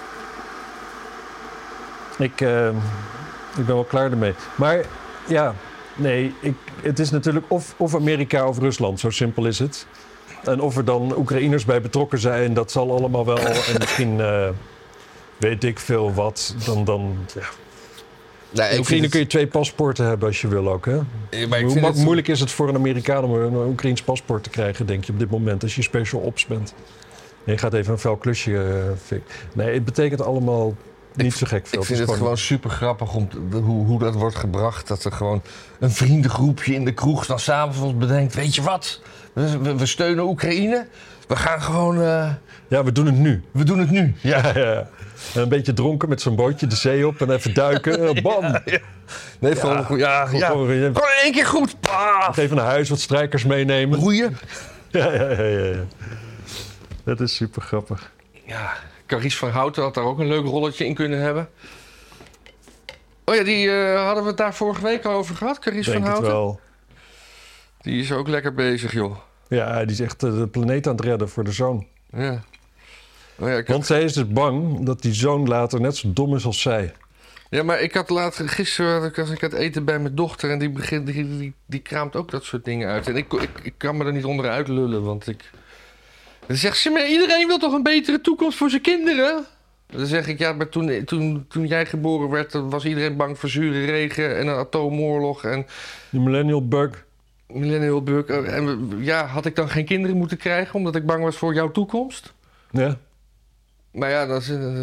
Ik ben wel klaar ermee. Maar ja, nee, het is natuurlijk of Amerika of Rusland, zo simpel is het. En of er dan Oekraïners bij betrokken zijn, dat zal allemaal wel. En misschien weet ik veel wat, dan ja. Nee, in Oekraïne kun je 2 paspoorten hebben als je wil ook, hè? Maar hoe moeilijk is het voor een Amerikaan om een Oekraïns paspoort te krijgen, denk je, op dit moment, als je special ops bent? Nee, je gaat even een vuil klusje fixen. Nee, het betekent allemaal niet zo gek veel. Ik vind het gewoon super grappig hoe dat wordt gebracht. Dat er gewoon een vriendengroepje in de kroeg dan s'avonds bedenkt, weet je wat? We steunen Oekraïne. We gaan gewoon... Ja, we doen het nu. We doen het nu. Ja. En een beetje dronken met zo'n bootje de zee op en even duiken. Bam! Ja. Nee, gewoon in 1 keer goed. Nog even naar huis, wat strijkers meenemen. Roeien. Ja. Dat is super grappig. Ja, Carice van Houten had daar ook een leuk rolletje in kunnen hebben. Oh ja, die hadden we het daar vorige week al over gehad, Carice van Houten? Denk het wel. Die is ook lekker bezig, joh. Ja, die is echt de planeet aan het redden voor de zoon. Ja. Oh ja, want zij is dus bang dat die zoon later net zo dom is als zij. Ja, maar ik had gisteren was ik het eten bij mijn dochter en die kraamt ook dat soort dingen uit. En ik kan me er niet onderuit lullen, want dan zegt ze, maar iedereen wil toch een betere toekomst voor zijn kinderen? Dan zeg ik, ja, maar toen jij geboren werd, was iedereen bang voor zure regen en een atoomoorlog en... Die millennial bug. En ja, had ik dan geen kinderen moeten krijgen omdat ik bang was voor jouw toekomst? Ja. Maar ja,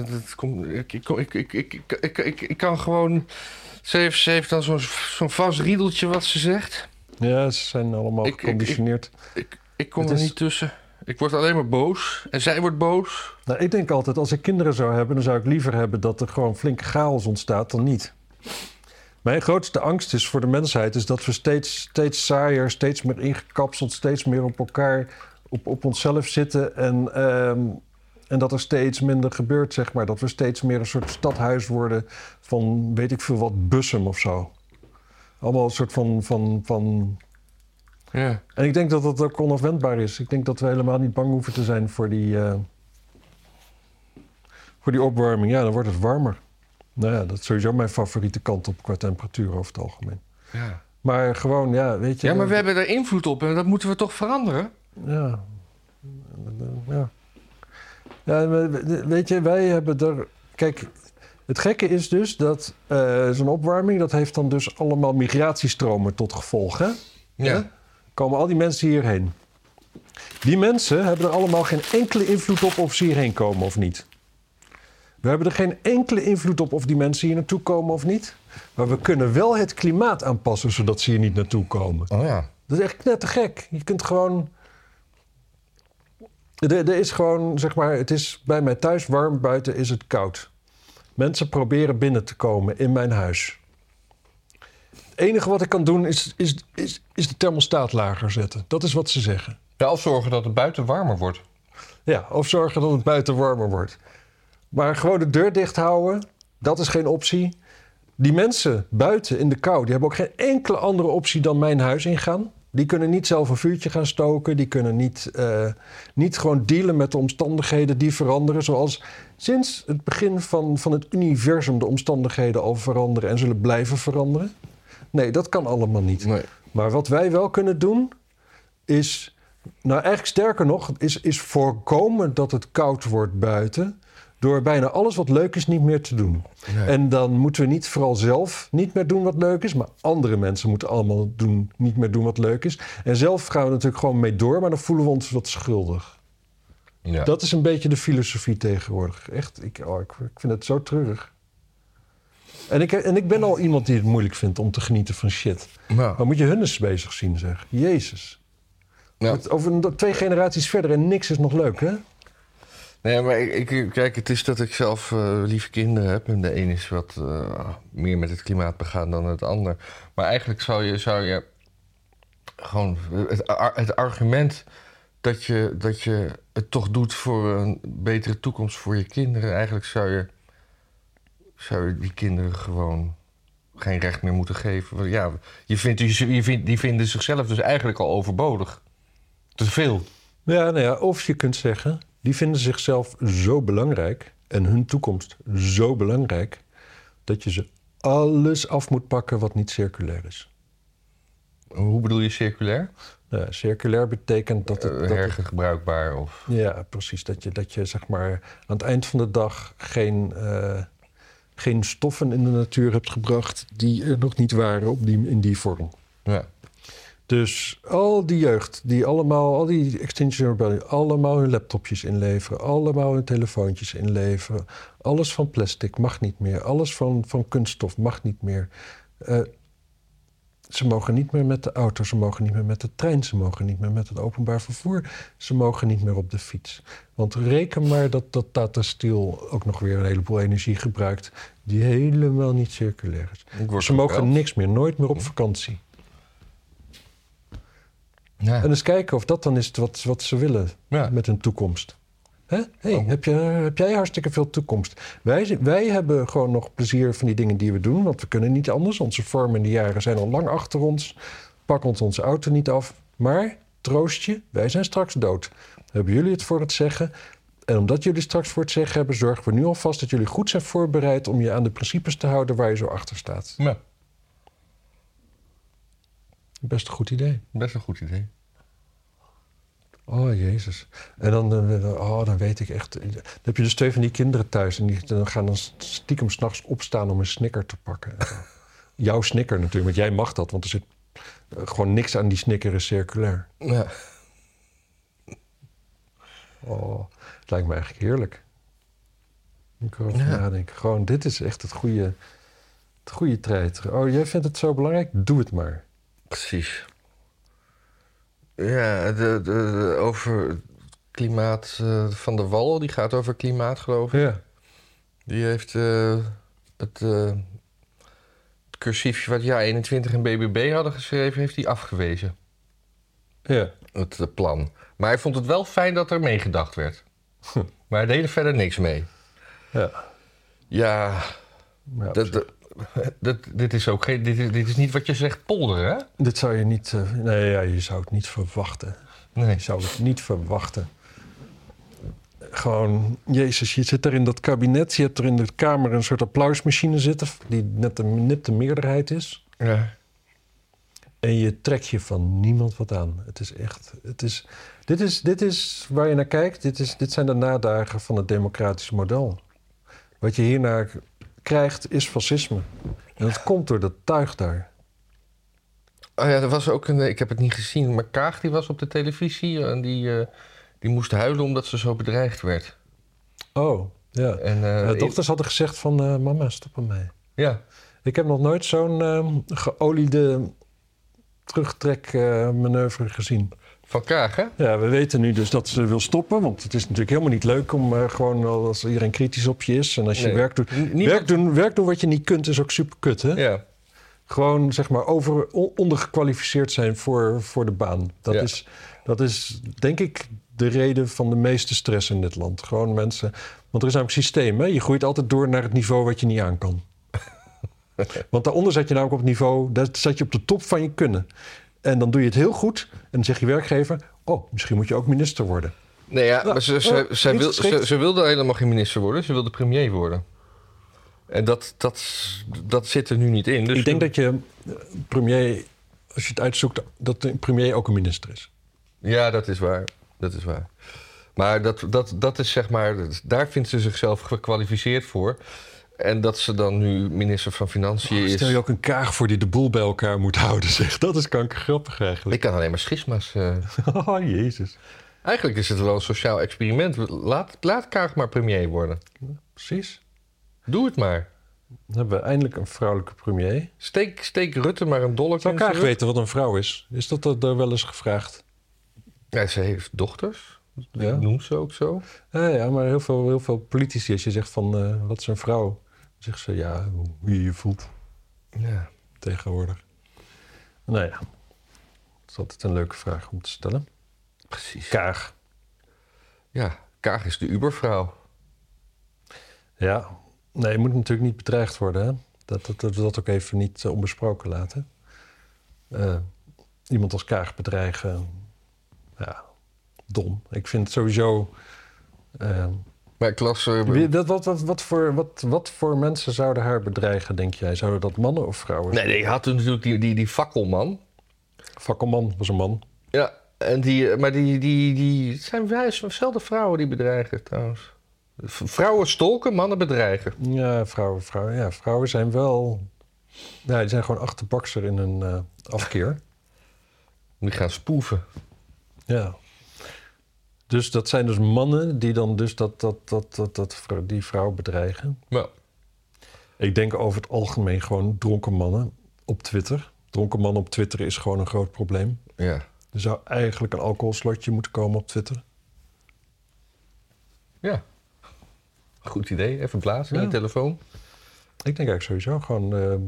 ik kan gewoon... Ze heeft dan zo'n vast riedeltje wat ze zegt. Ja, ze zijn allemaal geconditioneerd. Ik kom er niet tussen. Ik word alleen maar boos. En zij wordt boos. Nou, ik denk altijd, als ik kinderen zou hebben, dan zou ik liever hebben dat er gewoon flinke chaos ontstaat dan niet. Mijn grootste angst is voor de mensheid is dat we steeds saaier, steeds meer ingekapseld, steeds meer op elkaar, op onszelf zitten en dat er steeds minder gebeurt, zeg maar. Dat we steeds meer een soort stadhuis worden van, weet ik veel wat, Bussum of zo. Allemaal een soort van... Ja. En ik denk dat dat ook onafwendbaar is. Ik denk dat we helemaal niet bang hoeven te zijn voor die opwarming. Ja, dan wordt het warmer. Nou ja, dat is sowieso mijn favoriete kant op qua temperatuur over het algemeen. Ja. Maar gewoon, ja, weet je... Ja, maar we hebben er invloed op en dat moeten we toch veranderen? Ja. Ja, weet je, wij hebben er... Kijk, Het gekke is dus dat zo'n opwarming... dat heeft dan dus allemaal migratiestromen tot gevolg, hè? Ja. Komen al die mensen hierheen. Die mensen hebben er allemaal geen enkele invloed op of ze hierheen komen of niet. We hebben er geen enkele invloed op of die mensen hier naartoe komen of niet. Maar we kunnen wel het klimaat aanpassen zodat ze hier niet naartoe komen. Oh ja. Dat is echt knettergek. Je kunt gewoon... Er is gewoon, zeg maar, het is bij mij thuis warm, buiten is het koud. Mensen proberen binnen te komen in mijn huis. Het enige wat ik kan doen is de thermostaat lager zetten. Dat is wat ze zeggen. Ja, of zorgen dat het buiten warmer wordt. Ja, of zorgen dat het buiten warmer wordt. Maar gewoon de deur dicht houden, dat is geen optie. Die mensen buiten in de kou, die hebben ook geen enkele andere optie dan mijn huis ingaan. Die kunnen niet zelf een vuurtje gaan stoken. Die kunnen niet gewoon dealen met de omstandigheden die veranderen. Zoals sinds het begin van het universum de omstandigheden al veranderen en zullen blijven veranderen. Nee, dat kan allemaal niet. Nee. Maar wat wij wel kunnen doen is... Nou, eigenlijk sterker nog, is voorkomen dat het koud wordt buiten... door bijna alles wat leuk is niet meer te doen. Nee. En dan moeten we niet vooral zelf niet meer doen wat leuk is... maar andere mensen moeten allemaal niet meer doen wat leuk is. En zelf gaan we natuurlijk gewoon mee door... maar dan voelen we ons wat schuldig. Ja. Dat is een beetje de filosofie tegenwoordig. Echt, ik vind het zo treurig. En ik ben al iemand die het moeilijk vindt om te genieten van shit. Ja. Maar moet je hun eens bezig zien, zeg. Jezus. Ja. Over 2 generaties verder en niks is nog leuk, hè? Nee, maar kijk, het is dat ik zelf lieve kinderen heb. En de een is wat meer met het klimaat begaan dan het ander. Maar eigenlijk zou je gewoon het argument dat je het toch doet voor een betere toekomst voor je kinderen. Eigenlijk zou je die kinderen gewoon geen recht meer moeten geven. Want ja, die vinden zichzelf dus eigenlijk al overbodig. Te veel. Ja, nou ja, of je kunt zeggen... die vinden zichzelf zo belangrijk... en hun toekomst zo belangrijk... dat je ze alles af moet pakken wat niet circulair is. Hoe bedoel je circulair? Nou, circulair betekent dat het... hergebruikbaar of... Ja, precies. Dat je zeg maar aan het eind van de dag geen stoffen in de natuur hebt gebracht... die er nog niet waren in die vorm. Ja. Dus al die jeugd, al die Extinction Rebellion... allemaal hun laptopjes inleveren, allemaal hun telefoontjes inleveren... alles van plastic mag niet meer, alles van kunststof mag niet meer... Ze mogen niet meer met de auto, ze mogen niet meer met de trein... ze mogen niet meer met het openbaar vervoer... ze mogen niet meer op de fiets. Want reken maar dat Tata Steel ook nog weer een heleboel energie gebruikt... die helemaal niet circulair is. Ze mogen niks meer, nooit meer op vakantie. Ja. En eens kijken of dat dan is wat ze willen met hun toekomst. Hè? Hey, heb jij hartstikke veel toekomst. Wij hebben gewoon nog plezier van die dingen die we doen... want we kunnen niet anders. Onze vormende jaren zijn al lang achter ons. Pak ons onze auto niet af. Maar, troost je, wij zijn straks dood. Hebben jullie het voor het zeggen... En omdat jullie straks voor het zeggen hebben... zorgen we nu alvast dat jullie goed zijn voorbereid... om je aan de principes te houden waar je zo achter staat. Ja. Best een goed idee. Best een goed idee. Oh, Jezus. En dan weet ik echt... Dan heb je dus 2 van die kinderen thuis... en die gaan dan stiekem 's nachts opstaan om een Snicker te pakken. Jouw Snicker natuurlijk, want jij mag dat... want er zit gewoon niks aan die Snicker is circulair. Ja. Oh, het lijkt me eigenlijk heerlijk. Ik erover nadenken. Gewoon, dit is echt het goede treiter. Oh, jij vindt het zo belangrijk? Doe het maar. Precies. Ja, over klimaat van der Wal, die gaat over klimaat, geloof ik. Ja. Die heeft het cursiefje wat JA21 en BBB hadden geschreven, heeft hij afgewezen. Ja. Het plan. Maar hij vond het wel fijn dat er meegedacht werd. Maar hij deed er verder niks mee. Ja. Ja, dit is ook geen... Dit is niet wat je zegt polderen, hè? Dit zou je niet... je zou het niet verwachten. Nee. Je zou het niet verwachten. Gewoon, Jezus, je zit er in dat kabinet... je hebt er in de Kamer een soort applausmachine zitten... die net de meerderheid is. Ja. En je trekt je van niemand wat aan. Het is echt... Dit is waar je naar kijkt. Dit zijn de nadagen van het democratische model. Wat je hiernaar krijgt, is fascisme. En dat komt door dat tuig daar. Oh ja, er was ook ik heb het niet gezien, maar Kaag die was op de televisie en die moest huilen omdat ze zo bedreigd werd. Oh, ja. En, de dochters hadden gezegd van, mama, stop ermee. Ja. Ik heb nog nooit zo'n geoliede terugtrekmanoeuvre gezien. Van Kaag, hè? Ja, we weten nu dus dat ze wil stoppen. Want het is natuurlijk helemaal niet leuk om gewoon als iedereen kritisch op je is. En als je werk doet. Werk doen wat je niet kunt is ook super kut, hè? Ja. Gewoon zeg maar ondergekwalificeerd zijn voor de baan. Dat is denk ik de reden van de meeste stress in dit land. Gewoon mensen. Want er is namelijk een systeem, hè? Je groeit altijd door naar het niveau wat je niet aan kan. Want daaronder zat je namelijk op het niveau, daar zat je op de top van je kunnen. En dan doe je het heel goed. En dan zegt je werkgever, oh, misschien moet je ook minister worden. Nee, ja, maar ze wilde helemaal geen minister worden. Ze wilde premier worden. En dat zit er nu niet in. Dus ik denk dat je premier, als je het uitzoekt, dat de premier ook een minister is. Ja, dat is waar. Dat is waar. Maar dat is zeg maar, daar vindt ze zichzelf gekwalificeerd voor. En dat ze dan nu minister van Financiën is. Stel je ook een Kaag voor die de boel bij elkaar moet houden, zeg. Dat is kankergrappig eigenlijk. Ik kan alleen maar schisma's. Oh, jezus. Eigenlijk is het wel een sociaal experiment. Laat Kaag maar premier worden. Precies. Doe het maar. Dan hebben we eindelijk een vrouwelijke premier. Steek Rutte maar een dollar. Zou Kaag weten wat een vrouw is? Is dat er wel eens gevraagd? Ja, ze heeft dochters. Ja. Noemt ze ook zo. Ja, maar heel veel politici, als je zegt van wat is een vrouw? Dan zeggen ze ja, hoe je je voelt. Ja. Tegenwoordig. Nou ja, dat is altijd een leuke vraag om te stellen. Precies. Kaag. Ja, Kaag is de Ubervrouw. Ja, nee, je moet natuurlijk niet bedreigd worden. Hè? Dat ook even niet onbesproken laten. Iemand als Kaag bedreigen, ja, dom. Ik vind het sowieso. Maar ik las. Wat voor mensen zouden haar bedreigen, denk jij? Zouden dat mannen of vrouwen zijn? Nee, je had toen natuurlijk die fakkelman. Fakkelman was een man. Ja, en het zijn dezelfde vrouwen die bedreigen trouwens. Vrouwen stolken, mannen bedreigen. Ja, vrouwen zijn wel. Ja, die zijn gewoon achterbakser in hun afkeer. Die gaan spoeven. Ja. Dus dat zijn dus mannen die dan dus die vrouw bedreigen. Ja. Ik denk over het algemeen gewoon dronken mannen op Twitter. Dronken mannen op Twitter is gewoon een groot probleem. Ja. Er zou eigenlijk een alcoholslotje moeten komen op Twitter. Ja. Goed idee. Even blazen in je telefoon. Ik denk eigenlijk sowieso gewoon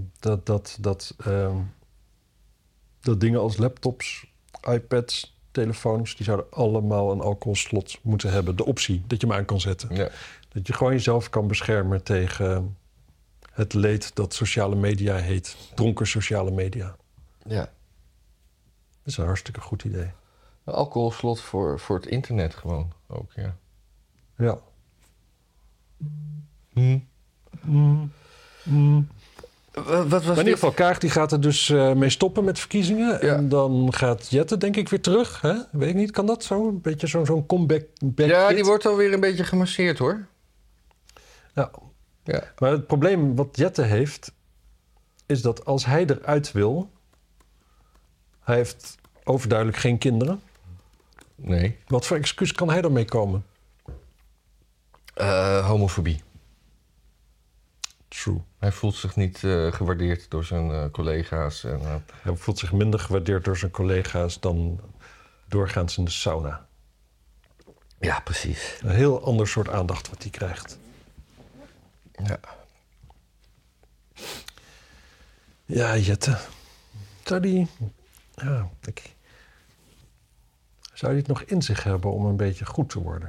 dat dingen als laptops, iPads, telefoons, die zouden allemaal een alcoholslot moeten hebben. De optie dat je hem aan kan zetten. Ja. Dat je gewoon jezelf kan beschermen tegen het leed dat sociale media heet. Dronken sociale media. Ja. Dat is een hartstikke goed idee. Een alcoholslot voor het internet gewoon ook, ja. Ja. Wat was in ieder geval, Kaag die gaat er dus mee stoppen met verkiezingen. Ja. En dan gaat Jette denk ik weer terug. Hè? Weet ik niet, kan dat zo? Een beetje zo'n comeback. Ja, die wordt alweer een beetje gemasseerd hoor. Ja. Maar het probleem wat Jette heeft, is dat als hij eruit wil. Hij heeft overduidelijk geen kinderen. Nee. Wat voor excuus kan hij daarmee komen? Homofobie. True. Hij voelt zich niet gewaardeerd door zijn collega's. En, Hij voelt zich minder gewaardeerd door zijn collega's dan doorgaans in de sauna. Ja, precies. Een heel ander soort aandacht wat hij krijgt. Ja. Ja, Jette. Zou die het nog in zich hebben om een beetje goed te worden?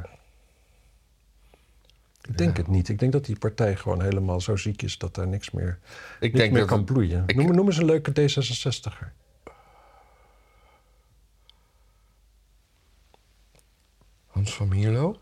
Ik denk het niet. Ik denk dat die partij gewoon helemaal zo ziek is dat daar niks meer kan bloeien. Noem eens een leuke D66er. Hans van Mierlo?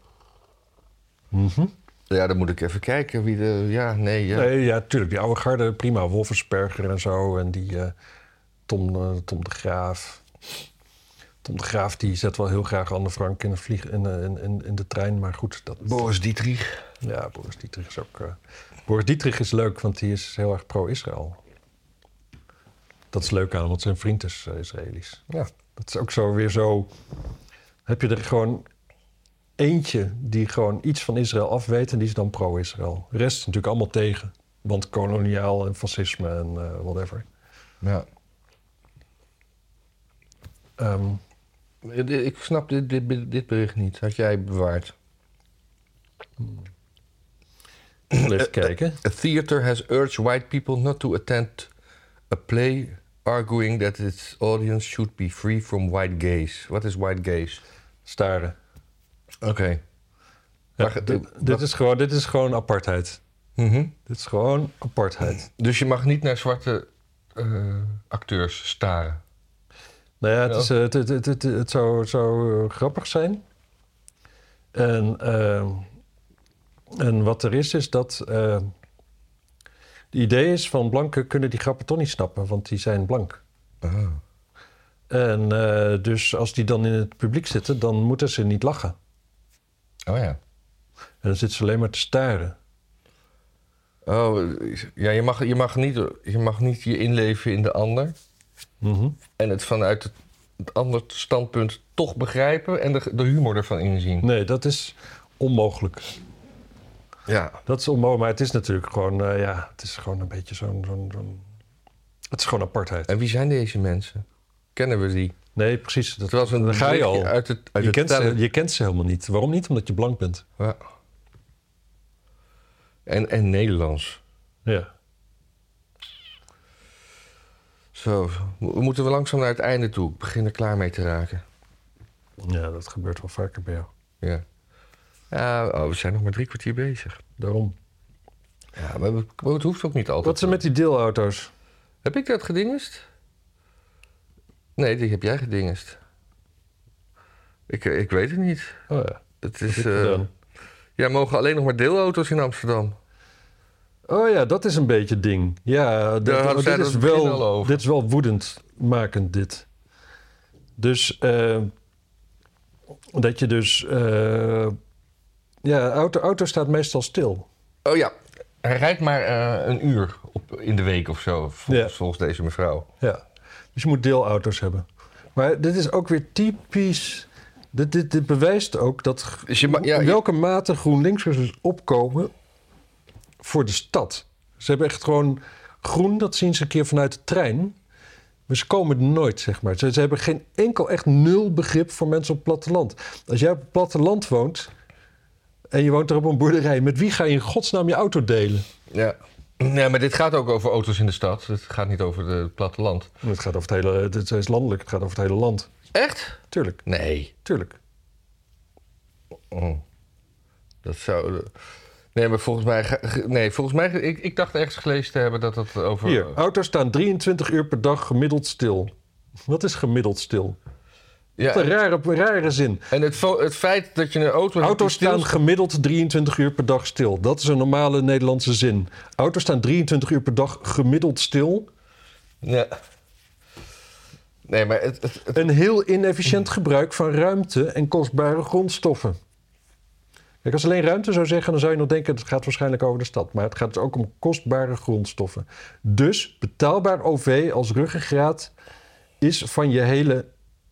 Ja, dan moet ik even kijken wie de... Ja, tuurlijk. Die oude garde, prima. Wolfensperger en zo. En die Tom de Graaf. Tom de Graaf die zet wel heel graag Anne Frank in de trein. Maar goed, dat... Boris Dietrich. Ja, Boris Dietrich is ook... Boris Dietrich is leuk, want die is heel erg pro-Israël. Dat is leuk aan, want zijn vriend is Israëlisch. Ja, dat is ook zo weer zo... Heb je er gewoon eentje die gewoon iets van Israël af weet... en die is dan pro-Israël. De rest is natuurlijk allemaal tegen. Want koloniaal en fascisme en whatever. Ja. Ik snap dit bericht niet. Had jij bewaard? Even kijken. A theater has urged white people not to attend a play... arguing that its audience should be free from white gaze. Wat is white gaze? Staren. Oké. Ja, dit is gewoon apartheid. Dit is gewoon apartheid. Dus je mag niet naar zwarte acteurs staren? Nou ja, het zou grappig zijn. En wat er is dat... Het idee is van blanken kunnen die grappen toch niet snappen, want die zijn blank. Oh. En dus als die dan in het publiek zitten, dan moeten ze niet lachen. Oh ja. En dan zitten ze alleen maar te staren. Oh, ja, je mag niet je inleven in de ander. Mm-hmm. En het vanuit het andere standpunt toch begrijpen en de humor ervan inzien. Nee, dat is onmogelijk. Ja. Dat is onmogelijk, maar het is natuurlijk gewoon... het is gewoon een beetje zo'n... Het is gewoon apartheid. En wie zijn deze mensen? Kennen we die? Nee, precies. Daar ga je al. Je kent ze helemaal niet. Waarom niet? Omdat je blank bent. Ja. En Nederlands. Ja. Zo, moeten we langzaam naar het einde toe. Ik begin er klaar mee te raken. Ja, dat gebeurt wel vaker bij jou. Ja. Ja, we zijn nog maar 3 kwartier bezig. Daarom. Ja, maar het hoeft ook niet altijd. Wat is er met die deelauto's? Heb ik dat gedingest? Nee, die heb jij gedingest. Ik weet het niet. Oh ja. Het is... ja, mogen alleen nog maar deelauto's in Amsterdam. Oh ja, dat is een beetje het ding. Ja, dit is wel woedendmakend, dit. Dus... dat je dus... auto staat meestal stil. Oh ja, hij rijdt maar een uur in de week of zo, volgens deze mevrouw. Ja, dus je moet deelauto's hebben. Maar dit is ook weer typisch... Dit bewijst ook dat in welke mate GroenLinksers dus opkomen voor de stad. Ze hebben echt gewoon groen, dat zien ze een keer vanuit de trein... Maar ze komen er nooit, zeg maar. Ze hebben geen enkel, echt nul begrip voor mensen op het platteland. Als jij op het platteland woont en je woont er op een boerderij... met wie ga je in godsnaam je auto delen? Ja, maar dit gaat ook over auto's in de stad. Het gaat niet over het platteland. Het gaat over het is landelijk, het gaat over het hele land. Echt? Tuurlijk. Nee. Tuurlijk. Oh. Dat zou... Nee, maar volgens mij... Ik dacht ergens gelezen te hebben dat het over... Hier, auto's staan 23 uur per dag gemiddeld stil. Wat is gemiddeld stil? Ja, wat een rare zin. En het feit dat je een auto... Auto's staan gemiddeld 23 uur per dag stil. Dat is een normale Nederlandse zin. Auto's staan 23 uur per dag gemiddeld stil. Ja. Nee, maar Een heel inefficiënt gebruik van ruimte en kostbare grondstoffen. Kijk, als alleen ruimte zou zeggen, dan zou je nog denken... het gaat waarschijnlijk over de stad. Maar het gaat ook om kostbare grondstoffen. Dus betaalbaar OV als ruggengraat is van je hele...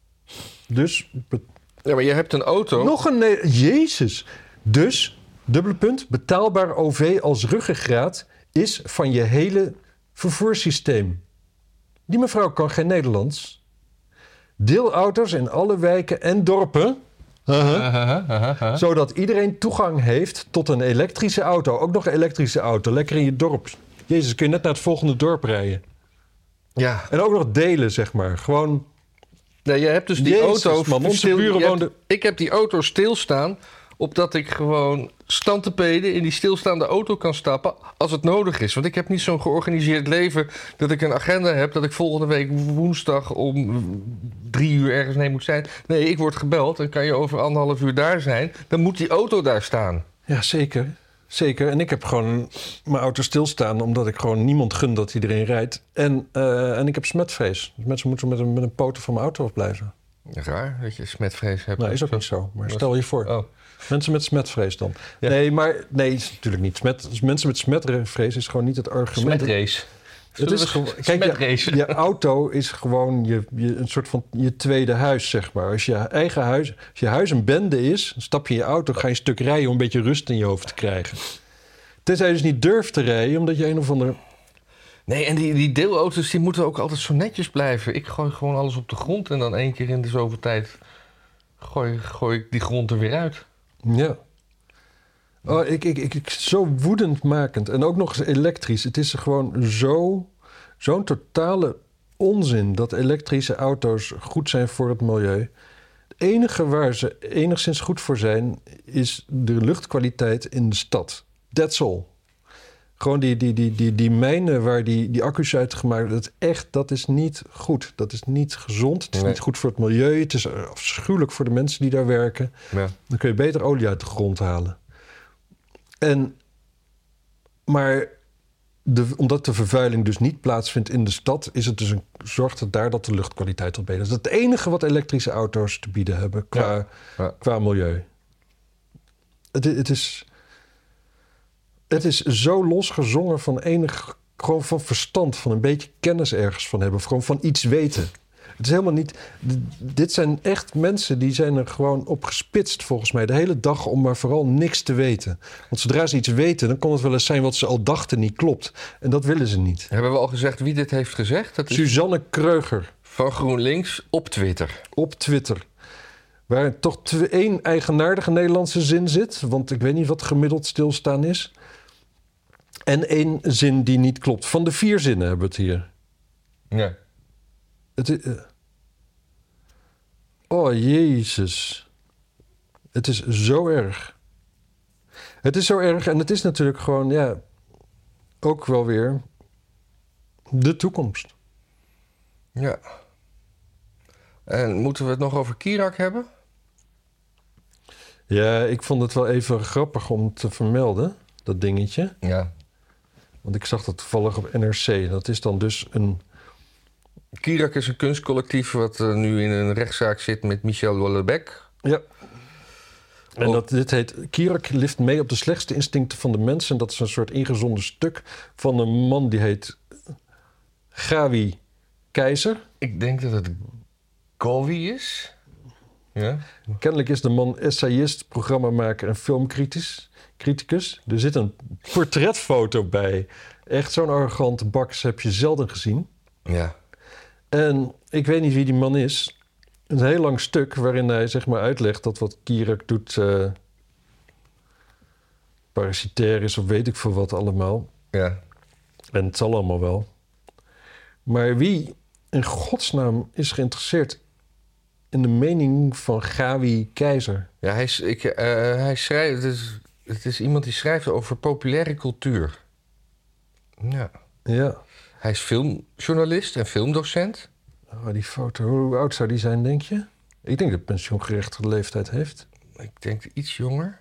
Ja, maar je hebt een auto... Jezus! Dus, dubbele punt, betaalbaar OV als ruggengraat... is van je hele vervoerssysteem. Die mevrouw kan geen Nederlands. Deelauto's in alle wijken en dorpen... Zodat iedereen toegang heeft tot een elektrische auto. Ook nog een elektrische auto, lekker in je dorp. Jezus, kun je net naar het volgende dorp rijden. Ja. En ook nog delen, zeg maar. Gewoon... Nee, je hebt dus die auto... Man, onze buren woonden... Ik heb die auto stilstaan... opdat ik gewoon standtepeden in die stilstaande auto kan stappen... als het nodig is. Want ik heb niet zo'n georganiseerd leven... dat ik een agenda heb... dat ik volgende week woensdag om 3 uur ergens heen moet zijn. Nee, ik word gebeld en kan je over 1,5 uur daar zijn. Dan moet die auto daar staan. Ja, zeker. Zeker. En ik heb gewoon mijn auto stilstaan... omdat ik gewoon niemand gun dat iedereen rijdt. En ik heb smetvrees. Dus mensen moeten met een poten van mijn auto afblijven. Raar dat je smetvrees hebt. Nou, is ook niet zo. Maar stel je voor. Oh. Mensen met smetvrees dan. Ja. Nee, is natuurlijk niet. Mensen met smetvrees is gewoon niet het argument. Smetrace. Het is gewoon, kijk, je auto is gewoon een soort van je tweede huis, zeg maar. Als je huis een bende is, dan stap je in je auto, ga je een stuk rijden om een beetje rust in je hoofd te krijgen. Tenzij je dus niet durft te rijden, omdat je een of andere... Nee, en die deelauto's die moeten ook altijd zo netjes blijven. Ik gooi gewoon alles op de grond en dan 1 keer in de zoveel tijd gooi ik die grond er weer uit. Ja. Oh, ik zo woedendmakend. En ook nog eens elektrisch. Het is gewoon zo'n totale onzin dat elektrische auto's goed zijn voor het milieu. Het enige waar ze enigszins goed voor zijn is de luchtkwaliteit in de stad. That's all. Gewoon die mijnen waar die accu's uit gemaakt worden, dat is niet goed. Dat is niet gezond. Het is niet goed voor het milieu. Het is afschuwelijk voor de mensen die daar werken. Ja. Dan kun je beter olie uit de grond halen. Maar omdat de vervuiling dus niet plaatsvindt in de stad, is het dus zorgt het daar dat de luchtkwaliteit wat beter is. Dat is het enige wat elektrische auto's te bieden hebben qua milieu. Het is zo losgezongen van gewoon van verstand, van een beetje kennis ergens van hebben, of gewoon van iets weten. Het is helemaal niet... Dit zijn echt mensen die zijn er gewoon op gespitst, volgens mij, de hele dag om maar vooral niks te weten. Want zodra ze iets weten, dan kan het wel eens zijn wat ze al dachten niet klopt. En dat willen ze niet. Hebben we al gezegd wie dit heeft gezegd? Dat is Suzanne Kreuger. Van GroenLinks op Twitter. Op Twitter. Waar toch 1 eigenaardige Nederlandse zin zit, want ik weet niet wat gemiddeld stilstaan is. En 1 zin die niet klopt. Van de 4 zinnen hebben we het hier. Ja. Oh, Jezus. Het is zo erg. Het is zo erg en het is natuurlijk gewoon, ook wel weer de toekomst. Ja. En moeten we het nog over Chirac hebben? Ja, ik vond het wel even grappig om te vermelden, dat dingetje. Ja. Want ik zag dat toevallig op NRC. Dat is dan dus een... Chirac is een kunstcollectief wat nu in een rechtszaak zit met Michel Houellebecq. Ja. En dit heet... Chirac lift mee op de slechtste instincten van de mens. En dat is een soort ingezonden stuk van een man die heet Gawi Keizer. Ik denk dat het Gawi is. Ja. Kennelijk is de man essayist, programmamaker en filmcriticus. Er zit een portretfoto bij. Echt zo'n arrogante baks heb je zelden gezien. Ja. En ik weet niet wie die man is. Een heel lang stuk waarin hij zeg maar uitlegt dat wat Chirac doet parasitair is of weet ik veel wat allemaal. Ja. En het zal allemaal wel. Maar wie in godsnaam is geïnteresseerd in de mening van Gawi Keizer? Ja, hij schrijft... Het is iemand die schrijft over populaire cultuur. Ja. Ja. Hij is filmjournalist en filmdocent. Oh, die foto. Hoe oud zou die zijn, denk je? Ik denk dat pensioengerechtigde leeftijd heeft. Ik denk iets jonger.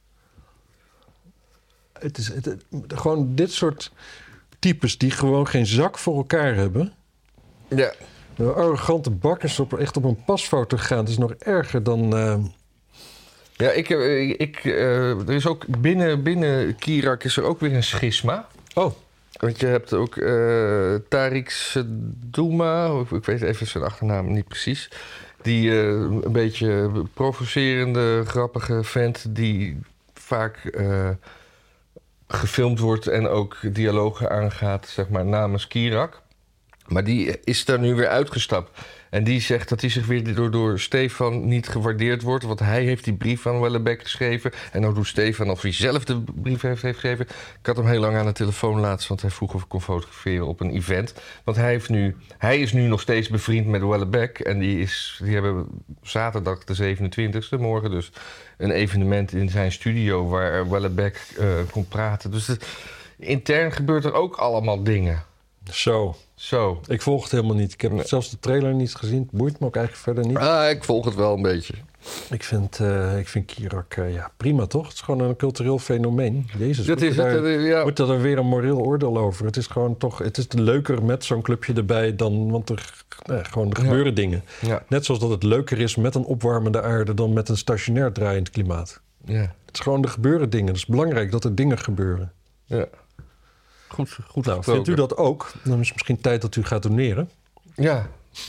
Het is gewoon dit soort types die gewoon geen zak voor elkaar hebben. Ja. De arrogante bakkers echt op een pasfoto gaan. Dat is nog erger dan... Ja, er is ook binnen Chirac is er ook weer een schisma. Oh. Want je hebt ook Tariq Sedouma, ik weet even zijn achternaam niet precies. Die een beetje provocerende, grappige vent die vaak gefilmd wordt en ook dialogen aangaat, zeg maar, namens Chirac. Maar die is daar nu weer uitgestapt. En die zegt dat hij zich weer door Stefan niet gewaardeerd wordt. Want hij heeft die brief aan Houellebecq geschreven. En dan doet Stefan of hij zelf de brief heeft geschreven. Ik had hem heel lang aan de telefoon laatst, want hij vroeg of ik kon fotograferen op een event. Want hij is nu nog steeds bevriend met Houellebecq. En die hebben zaterdag de 27e, morgen dus, een evenement in zijn studio waar Houellebecq kon praten. Dus intern gebeurt er ook allemaal dingen. Zo. Ik volg het helemaal niet. Ik heb zelfs de trailer niet gezien. Het boeit me ook eigenlijk verder niet. Ik volg het wel een beetje. Ik vind Kirak prima, toch? Het is gewoon een cultureel fenomeen. Jezus, Dat is het. Ja. Wordt er weer een moreel oordeel over? Het is gewoon toch... Het is leuker met zo'n clubje erbij dan... Want er gebeuren dingen. Ja. Net zoals dat het leuker is met een opwarmende aarde... dan met een stationair draaiend klimaat. Ja. Het is gewoon, er gebeuren dingen. Het is belangrijk dat er dingen gebeuren. Ja. Goed Nou, vindt u dat ook? Dan is het misschien tijd dat u gaat doneren. Ja.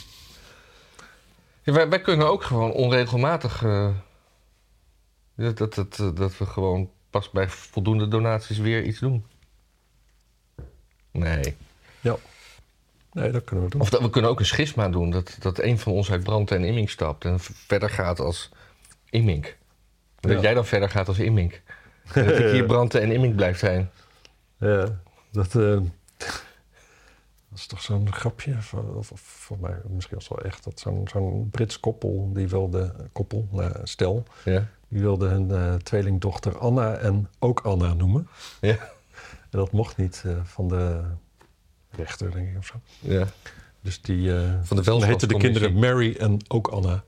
Wij kunnen ook gewoon onregelmatig... dat we gewoon pas bij voldoende donaties weer iets doen. Nee. Ja. Nee, dat kunnen we doen. Of we kunnen ook een schisma doen. Dat een van ons uit Branten en Immink stapt... en verder gaat als Immink. Dat jij dan verder gaat als Immink. En dat ik hier Branten en Immink blijf zijn. Ja, dat is toch zo'n grapje? Of voor mij misschien was het wel echt. Dat zo'n Brits koppel, die wilde... stel. Ja. Die wilde hun tweelingdochter Anna en ook Anna noemen. Ja. En dat mocht niet van de rechter, denk ik, of zo. Ja. Dus die van de dan heten de kinderen Mary en ook Anna.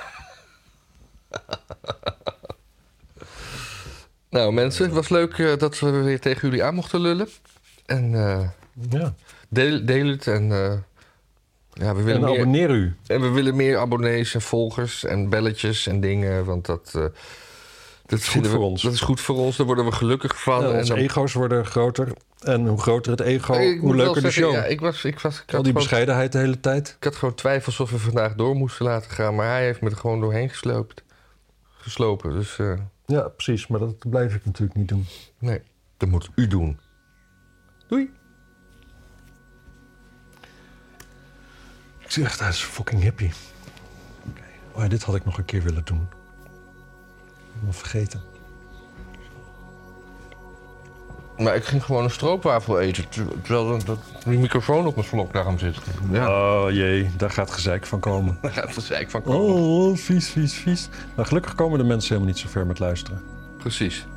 Nou mensen, het was leuk dat we weer tegen jullie aan mochten lullen. En Ja. deel het en we willen meer... abonneer u. En we willen meer abonnees en volgers en belletjes en dingen, want dat is goed voor ons. Dat is goed voor ons, daar worden we gelukkig van. Ja, onze ego's worden groter. En hoe groter het ego, hoe leuker de show. Ja, ik al die bescheidenheid de hele tijd. Ik had gewoon twijfels of we vandaag door moesten laten gaan, maar hij heeft me er gewoon doorheen geslopen. Dus, ja, precies, maar dat blijf ik natuurlijk niet doen. Nee, dat moet u doen. Doei. Ik zie echt, hij is fucking hippie. Okay. Oh, dit had ik nog een keer willen doen. Helemaal vergeten. Maar ik ging gewoon een stroopwafel eten, terwijl die microfoon op mijn slokdarm zit. Ja. Oh jee, daar gaat gezeik van komen. Daar gaat gezeik van komen. Oh, vies. Maar gelukkig komen de mensen helemaal niet zo ver met luisteren. Precies.